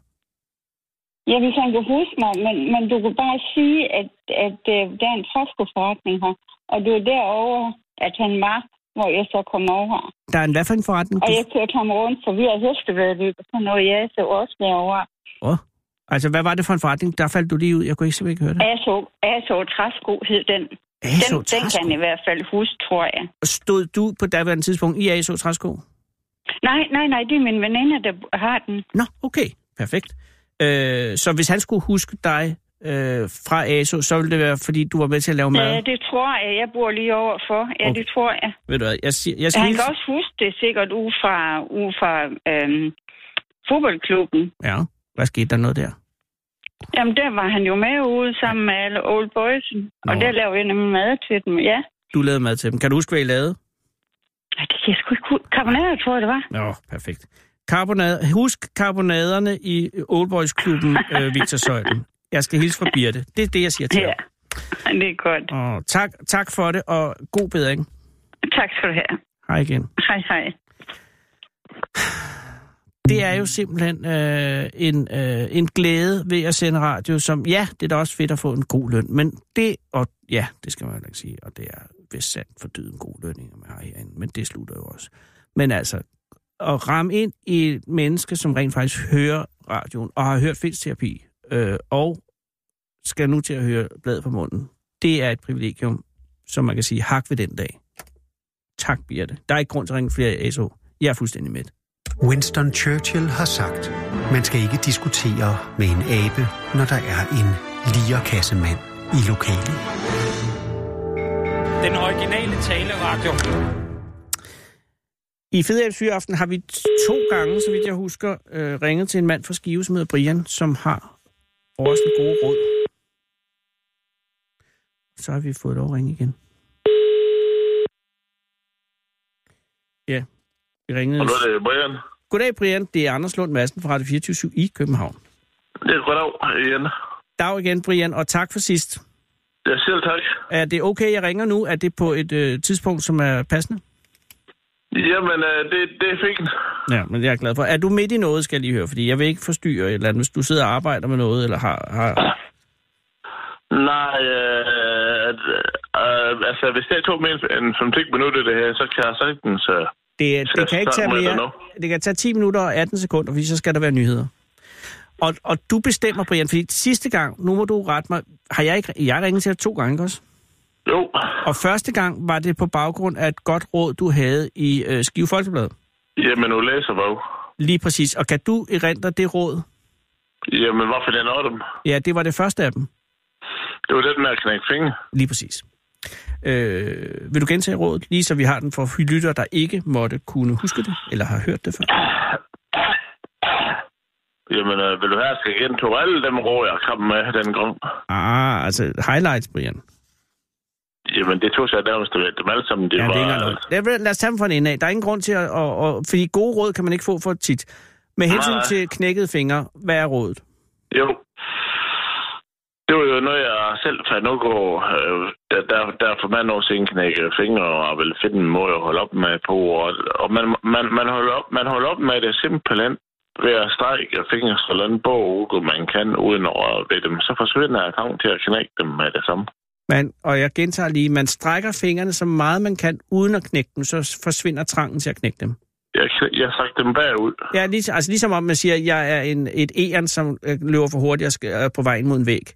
Ja, hvis han kan huske mig, men, men du kan bare sige, at, at, at der er en træskoforretning her, og det er derovre, at han var, hvor jeg så kom over. Der er en hvad for en forretning? Og jeg kørte ham rundt, for vi har hestevædløb, og sådan noget, jeg så også derovre. Åh, oh. Altså, hvad var det for en forretning? Der faldt du lige ud. Jeg kunne ikke simpelthen ikke høre det. Aso, Aso Træsko hed den. Aso Den, den kan han i hvert fald huske, tror jeg. Stod du på daværende tidspunkt i A S O Træsko? Nej, nej, nej, det er min veninde, der har den. Nå, okay. Perfekt. Øh, så hvis han skulle huske dig øh, fra A S O, så ville det være, fordi du var med til at lave mad? Ja, det tror jeg. Jeg bor lige overfor. Ja, Okay. det tror jeg. Ved du hvad, jeg, siger, jeg skal Han hilse... kan også huske det sikkert ude fra, ude fra øhm, fodboldklubben. Ja, hvad skete der noget der? Jamen, der var han jo med ude sammen med alle old boys'en. Og Nå. der lavede jeg nemlig mad til dem, ja. Du lavede mad til dem. Kan du huske, hvad I lavede? Ej, det kan jeg sgu ikke huske. Carbonara, tror jeg, det var. Nå, perfekt. Karbonade. Husk karbonaderne i Old Boys Klubben, øh, Victor Søjden. Jeg skal hilse fra Birte. Det er det, jeg siger til Ja, ham. det er godt. Og tak, tak for det, og god bedring. Tak skal du have. Hej igen. Hej, hej. Det er jo simpelthen øh, en, øh, en glæde ved at sende radio, som, ja, det er da også fedt at få en god løn, men det, og ja, det skal man jo ikke sige, og det er vist sandt for dyden god lønning, man har herinde, men det slutter jo også. Men altså, at ramme ind i et menneske, som rent faktisk hører radioen, og har hørt fysioterapi, øh, og skal nu til at høre bladet på munden. Det er et privilegium, som man kan sige, hak ved den dag. Tak, Birte. Der er ikke grund til at ringe flere A S O. Jeg er fuldstændig med. Winston Churchill har sagt, man skal ikke diskutere med en abe, når der er en lierkassemand i lokalet. Den originale taleradio. I Fedabes Fyraften har vi to gange, så vidt jeg husker, øh, ringet til en mand fra Skive, som hedder Brian, som har overraskende gode råd. Så har vi fået lov at ringe igen. Ja, vi ringede... Hallo, det er Brian. Goddag, Brian. Det er Anders Lund Madsen fra Radio fireogtyve syv i København. Det er goddag igen. Dag igen, Brian, og tak for sidst. Ja, selv tak. Er det okay, jeg ringer nu? Er det på et øh, tidspunkt, som er passende? Jamen, øh, det, det er fint. Ja, men jeg er glad for. Er du midt i noget, skal jeg lige høre? Fordi jeg vil ikke forstyrre et eller andet, hvis du sidder og arbejder med noget, eller har... har... Nej, øh, øh, altså, hvis det tog mere end femten minutter, det her, så kan jeg sagtens... Øh, det, det kan ikke tage mere... Det kan tage ti minutter og atten sekunder, fordi så skal der være nyheder. Og, og du bestemmer, Brian, fordi sidste gang, nu må du rette mig, har jeg ikke... Jeg ringet til dig to gange, også? Jo. Og første gang var det på baggrund af et godt råd, du havde i øh, Skive Folkeblad. Jamen, nu læser hvad? Lige præcis. Og kan du erindre det råd? Jamen, hvorfor den af dem? Ja, det var det første af dem. Det var det med at knække fingre. Lige præcis. Øh, vil du gentage rådet, lige så vi har den for lyttere, der ikke måtte kunne huske det, eller har hørt det før? Jamen, øh, vil du have, at jeg skal gentage alle dem råd, jeg kom med den gang? Ah, altså highlights, Brian. Jamen, det tog sig nærmest dem alle sammen. Det ja, var... det er ikke lad os tage dem fra en ende af. Der er ingen grund til at... at, at fordi gode råd kan man ikke få for tit. Med hensyn nej, nej. til knækkede fingre, hvad er rådet? Jo. Det var jo noget, jeg selv fandt nok over. Der, der, der for mange år siden knækkede fingre, og vil finde en måde at holde op med på. Og, og man, man, man, holder op, man holder op med det simpelthen ved at strække fingre så langt på, man kan uden at ved dem. Så forsvinder jeg trang til at knække dem med det samme. Man, og jeg gentager lige, man strækker fingrene så meget man kan, uden at knække dem, så forsvinder trangen til at knække dem. Jeg, jeg strækker dem bagud. Ja, lig, altså ligesom om man siger, at jeg er en, et egern, som løber for hurtigt og skal på vej ind mod en væg.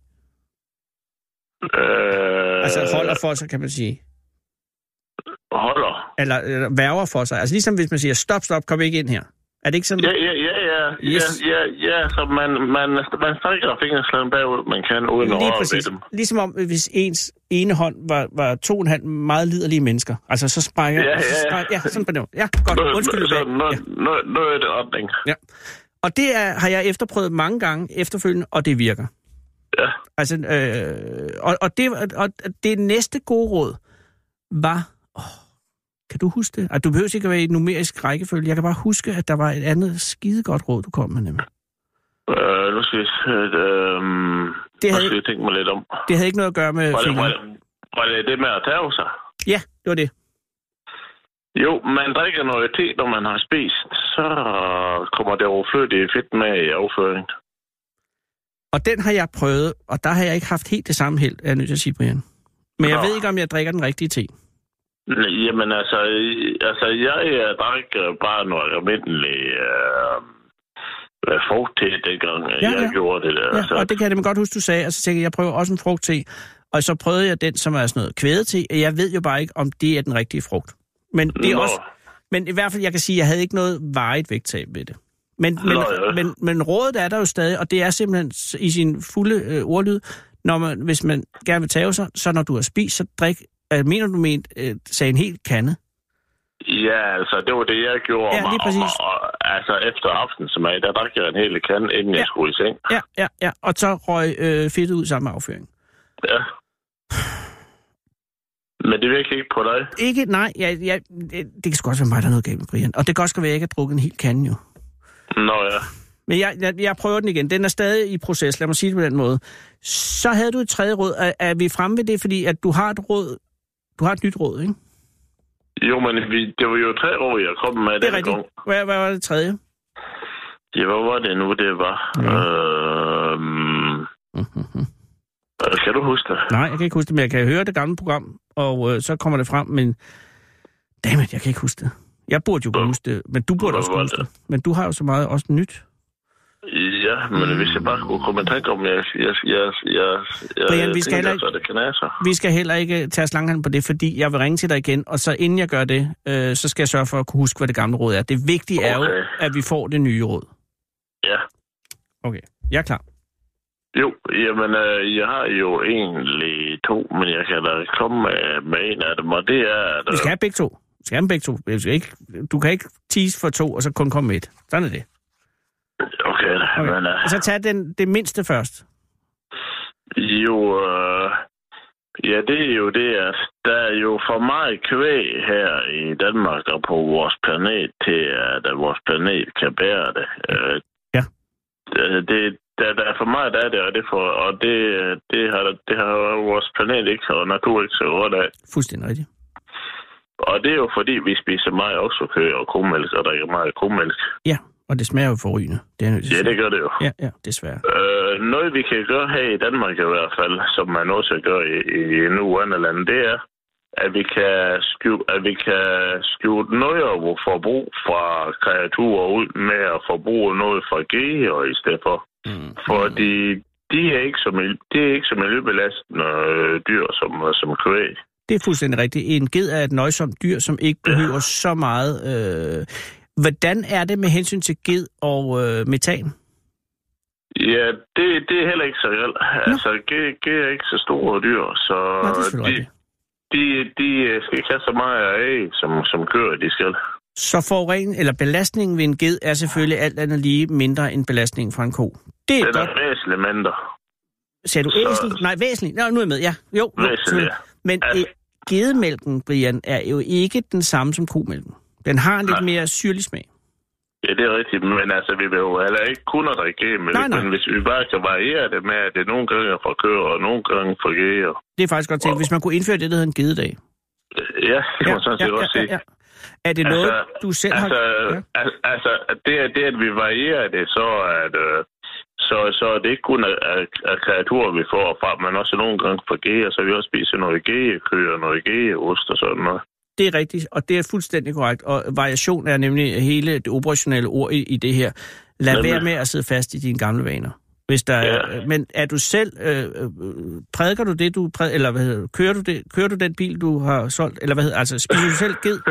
Øh... Altså holder for sig, kan man sige. Holder? Eller, eller værger for sig. Altså ligesom hvis man siger, stop, stop, kom ikke ind her. Er det ikke sådan? Ja, ja, ja, ja. Yes. Ja, ja, ja, så man, man, man strækker fingerslagen bagud, man kan uden at røre ved dem. Ligesom om, hvis ens ene hånd var, var to og en halv meget liderlige mennesker. Altså, så sprækker... Ja, ja, ja. Ja, sådan på det. Ja, godt. Undskyld. Så nu er det retning. Ja. Og det er, har jeg efterprøvet mange gange efterfølgende, og det virker. Ja. Altså, øh, og, og, det, og det næste gode råd var... Åh, kan du huske det? Altså, du behøver ikke at være i en numerisk rækkefølge. Jeg kan bare huske, at der var et andet skidegodt råd, du kom med nemlig. Øh, nu skal jeg, øh, det havde, jeg tænke mig lidt om. Det havde ikke noget at gøre med var det, fingre. var, det, var det det med at tage sig? Ja, det var det. Jo, man drikker noget te, når man har spist. Så kommer det overflødige fedt med i afføring. Og den har jeg prøvet, og der har jeg ikke haft helt det samme held, er jeg nødt til at sige, Brian. Men jeg Nå. ved ikke, om jeg drikker den rigtige te. Jamen altså, altså jeg drikker bare noget almindeligt øh, frugt-te, dengang ja, jeg ja. gjorde det der. Ja, så. Og det kan jeg nemlig godt huske, du sagde, og så tænkte jeg, jeg prøver også en frugt-te. Og så prøvede jeg den, som er sådan noget kvæde-te. Jeg ved jo bare ikke, om det er den rigtige frugt. Men det er Nå. også... Men i hvert fald, jeg kan sige, at jeg havde ikke noget varigt vægttab ved det. Men, men, Nå, ja. men, men rådet er der jo stadig, og det er simpelthen i sin fulde øh, ordlyd, når man, hvis man gerne vil tage sig, så når du har spist, så drik... Øh, mener du ment, øh, sagde en helt kande? Ja, altså, det var det, jeg gjorde. Ja, lige præcis. Og, og, altså, efter aftensmad, der drak jeg en hel kande, inden ja. jeg skulle i seng. Ja, ja, ja. Og så røg øh, fedtet ud sammen med afføring. Ja. Men det virker ikke på dig? Ikke, nej. Jeg, jeg, det, det kan sgu også være mig, der er noget galt med Brian. Og det kan også være, at jeg ikke har drukket en hel kande, jo. Nå ja. Men jeg, jeg, jeg prøver den igen. Den er stadig i proces, lad mig sige det på den måde. Så havde du et tredje råd. Er, er vi fremme ved det, fordi at du har et råd... Du har et nyt råd, ikke? Jo, men vi, det var jo tre år, jeg kom med den gang. Hvad, hvad var det tredje? Ja, hvad var det nu, det var? Ja. Øhm... Mm-hmm. Kan du huske det? Nej, jeg kan ikke huske det, men jeg kan høre det gamle program, og øh, så kommer det frem, men... Dammit, jeg kan ikke huske det. Jeg burde jo kunne huske det, men du burde også kunne huske det. Men du har jo så meget også nyt. Ja, men hvis jeg bare kunne komme i tanke om, jeg, jeg, jeg, jeg, jeg Brian, vi skal, tænker, heller, det kan altså. vi skal heller ikke tage slanghand på det, fordi jeg vil ringe til dig igen, og så inden jeg gør det, øh, så skal jeg sørge for at kunne huske, hvad det gamle råd er. Det vigtige okay. er jo, at vi får det nye råd. Ja. Okay, jeg er klar. Jo, jamen, øh, jeg har jo egentlig to, men jeg kan da komme med, med en af dem, og det er... At, vi skal have begge to. Vi skal have dem begge to. Ikke, du kan ikke tease for to, og så kun komme med et. Sådan er det. Okay, okay. men... Uh, og så tag den, det mindste først. Jo, uh, ja, det er jo det, at der er jo for meget kvæg her i Danmark og på vores planet til, at vores planet kan bære det. Uh, ja. Det, der, der er for meget af det, og det, for, og det, det, har, det har vores planet ikke, og natur ikke så godt af. Fuldstændig rigtigt. Og det er jo fordi, vi spiser meget oksekød og komælk, og drikker meget komælk. Ja. Og det smager jo forrygende. Det er ja, det gør det jo. Ja, ja, desværre. Øh, noget, vi kan gøre her i Danmark i hvert fald, som man også gør i, i nu andre lande, det er, at vi kan skjule, at vi kan skjule noget af vores forbrug fra kreaturer ud med at forbruge noget fra geer i stedet for. Mm. Fordi de er ikke så, de er ikke så miljøbelastende dyr som, som kvæg. Det er fuldstændig rigtigt. En ged er et nøjsomt dyr, som ikke behøver ja. så meget... Øh... Hvordan er det med hensyn til ged og øh, metan? Ja, det, det er heller ikke så reelt. Altså, ged, ged er ikke så store dyr, så Nå, de, de, de skal ikke have så meget af, som, som køer, de skal. Så forurening eller belastningen ved en ged er selvfølgelig alt andet lige mindre end belastningen fra en ko. Det er Den godt. er væsentligt mindre. Sagde du æsel? Nej, væsentligt. Nå, nu er jeg med, ja. Jo, væsentligt, ja. Men altså, øh, gedemælken, Brian, er jo ikke den samme som komælken. Den har en lidt mere syrlig smag. Ja, det er rigtigt, men altså, vi vil jo heller ikke kun at drikke gedemælk, men hvis vi bare kan variere det med, at det nogle gange er fra køer og nogle gange fra geer. Det er faktisk godt tænkt, hvis man kunne indføre det, der hedder en gededag. Ja, det kan man sådan set ja, ja, også sige. Ja, ja. Er det noget, altså, du selv altså, har... Ja. Altså, altså det, det, at vi varierer det, så at, øh, så, så er det ikke kun af, af, af kreaturer, vi får fra, men også nogle gange fra geer, så vi også spiser noget geekøer, noget geost og sådan noget. Det er rigtigt, og det er fuldstændig korrekt. Og variation er nemlig hele det operationelle ord i, i det her. Lad Nemlig. være med at sidde fast i dine gamle vaner. Hvis der ja. er, men er du selv... Øh, prædiker du det, du... Præd, eller hvad hedder, kører, du det, kører du den bil, du har solgt? Eller hvad hedder, altså, spiser du selv ged?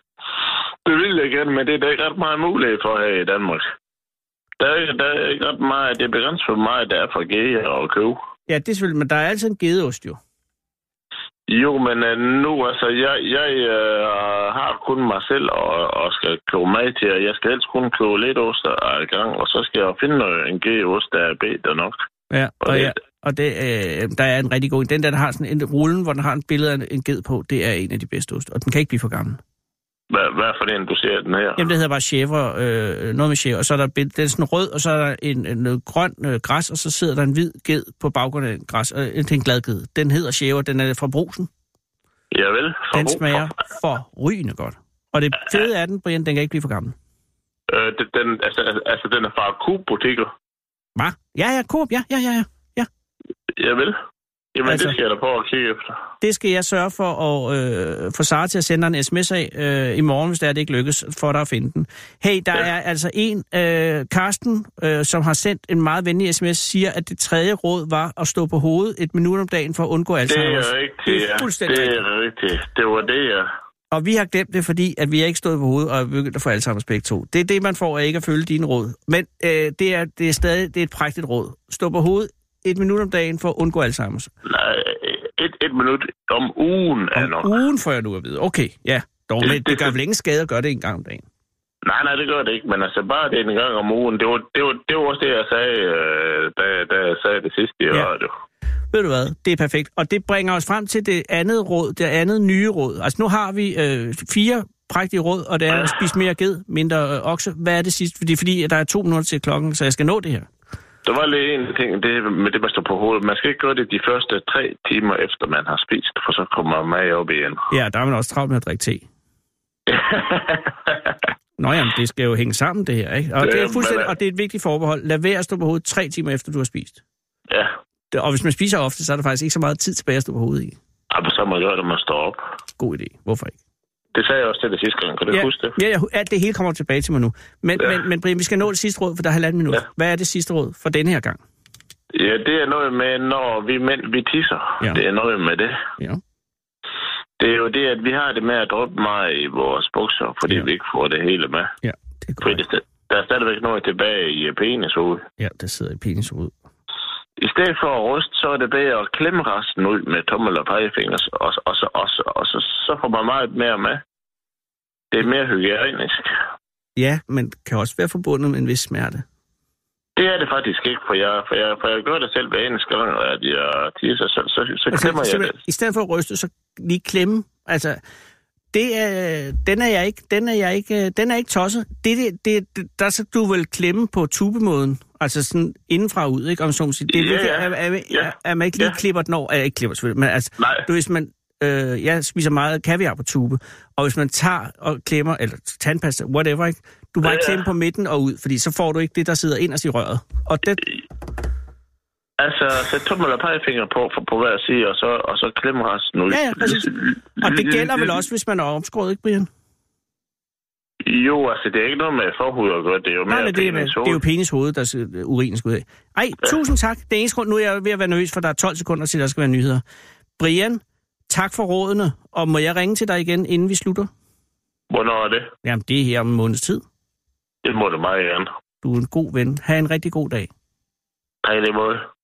Det vil jeg gerne, men det er der ikke ret meget mulighed for her i Danmark. Der er, der er ikke ret meget... Det er begrænset for meget, der er fra geer og køb. Ja, det er selvfølgelig... Men der er altid en gedeost, jo. Jo, men uh, nu, altså, jeg, jeg uh, har kun mig selv og, og skal købe mad til, jeg skal helst kun købe lidt ost ad gang, og så skal jeg finde en geost, der er bedre nok. Ja, og, og, det, ja, og det, øh, der er en rigtig god en. Den der, der har sådan en rullen, hvor den har en billede af en ged på, det er en af de bedste ost, og den kan ikke blive for gammel. Hvad, hvad for den, du ser den her? Jamen, det hedder bare chèvre, øh, noget med chèvre, og så er der, den er sådan rød, og så er der en, en noget grøn øh, græs, og så sidder der en hvid ged på baggrunden af en græs, og det er en glad ged. Den hedder chèvre, den er fra Brugsen. Ja vel. Den smager forrygende godt. Og det fede er den, Brian, den kan ikke blive for gammel. Øh, den, altså, altså, den er fra Coop-butikker. Hvad? Ja, ja, Coop, ja, ja, ja, ja. Ja vel. Jamen, altså, det skal jeg da prøve at kigge efter. Det skal jeg sørge for at øh, få Sara til at sende dig en sms af øh, i morgen, hvis det, er, det ikke lykkes for dig at finde den. Hey, der ja. er altså en, øh, Karsten, øh, som har sendt en meget venlig sms, siger, at det tredje råd var at stå på hovedet et minut om dagen for at undgå Alzheimer's. Det er rigtigt, det er fuldstændig ja. Det er rigtigt. Det var det, ja. Og vi har glemt det, fordi at vi er ikke stået på hovedet og er begyndt at få Alzheimer's begge to. Det er det, man får af ikke at følge dine råd. Men øh, det, er, det er stadig det er et prægtigt råd. Stå på hovedet et minut om dagen for at undgå Alzheimer's. Nej, et, et minut om ugen er om nok. Om ugen får jeg nu at vide. Okay, ja. Dog, det, det, det gør vel ingen skade at gøre det en gang om dagen? Nej, nej, det gør det ikke. Men altså bare det en gang om ugen. Det var, det var, det var også det, jeg sagde, da, da jeg sagde det sidste i ja. radio. Ved du hvad? Det er perfekt. Og det bringer os frem til det andet råd, det andet nye råd. Altså nu har vi øh, fire prægtige råd, og det er at spise mere ged, mindre øh, okse. Hvad er det sidste? Det er fordi, at der er to minutter til klokken, så jeg skal nå det her. Der var lige en ting, det med det, man står på hovedet. Man skal ikke gøre det de første tre timer efter, man har spist, for så kommer man op igen. Ja, der er man også travlt med at drikke te. Nå jamen, det skal jo hænge sammen, det her, ikke? Og det, det er fuldstændig, og det er et vigtigt forbehold. Lad være at stå på hovedet tre timer efter, du har spist. Ja. Og hvis man spiser ofte, så er der faktisk ikke så meget tid tilbage at stå på hovedet i. Ja, på så må man gøre det, man står op. God idé. Hvorfor ikke? Det sagde jeg også til det sidste gang. Kan du ja, huske det? Ja, ja, det hele kommer tilbage til mig nu. Men, ja. men, men Brian, vi skal nå det sidste råd, for der er halvandet minut. Ja. Hvad er det sidste råd for denne her gang? Ja, det er noget med, når vi mænd, vi tisser. Ja. Det er noget med det. Ja. Det er jo det, at vi har det med at droppe meget i vores bukser, fordi ja. vi ikke får det hele med. Ja, det er godt. Det, der er stadigvæk noget tilbage i penishovedet. Ja, der sidder i penishovedet. I stedet for at ryste, så er det bedre at klemme resten ud med tommel og pegefinger, og, og, så, og, så, og så, så får man meget mere med. Det er mere hygienisk. Ja, men kan også være forbundet med en vis smerte. Det er det faktisk ikke, for jeg, for jeg, for jeg gør det selv hver eneste gang, at jeg tisser, så, så, så altså, klemmer jeg det. I stedet for at ryste, så lige klemme. Altså, det er, den er jeg ikke, den er jeg ikke, den er ikke tosset. Det, det, det, der skal du vel klemme på tubemåden, altså sådan indenfra ud, ikke? Om så må sige. Det er ja, virkelig, ja. at, at, ja. at man ikke lige ja. klipper den over. Jeg ikke klipper selvfølgelig, men altså, Nej. Du, hvis man, øh, jeg spiser meget kaviar på tube, og hvis man tager og klemmer, eller tandpasta, whatever, ikke? Du bare ja, ja. klemme på midten og ud, fordi så får du ikke det, der sidder inderst i røret. Og det... Altså, sæt tommel og pegefinger på, for, på hver side, og så, og så klemme resten ud. Ja, ja, præcis. Og det gælder vel også, hvis man er omskåret, ikke, Brian? Jo, altså, det er ikke noget med forhud at gøre, det er jo mere Nej, det er, penishoved. Det er jo penishovedet, der skal urinen skal ud af. Ej, ja. Tusind tak. Det er eneste grund, nu er jeg ved at være nervøs, for der er tolv sekunder til, der skal være nyheder. Brian, tak for rådene, og må jeg ringe til dig igen, inden vi slutter? Hvornår er det? Jamen, det er her om en måneds tid. Det må du meget gerne. Du er en god ven. Ha' en rigtig god dag. Hej, det måde.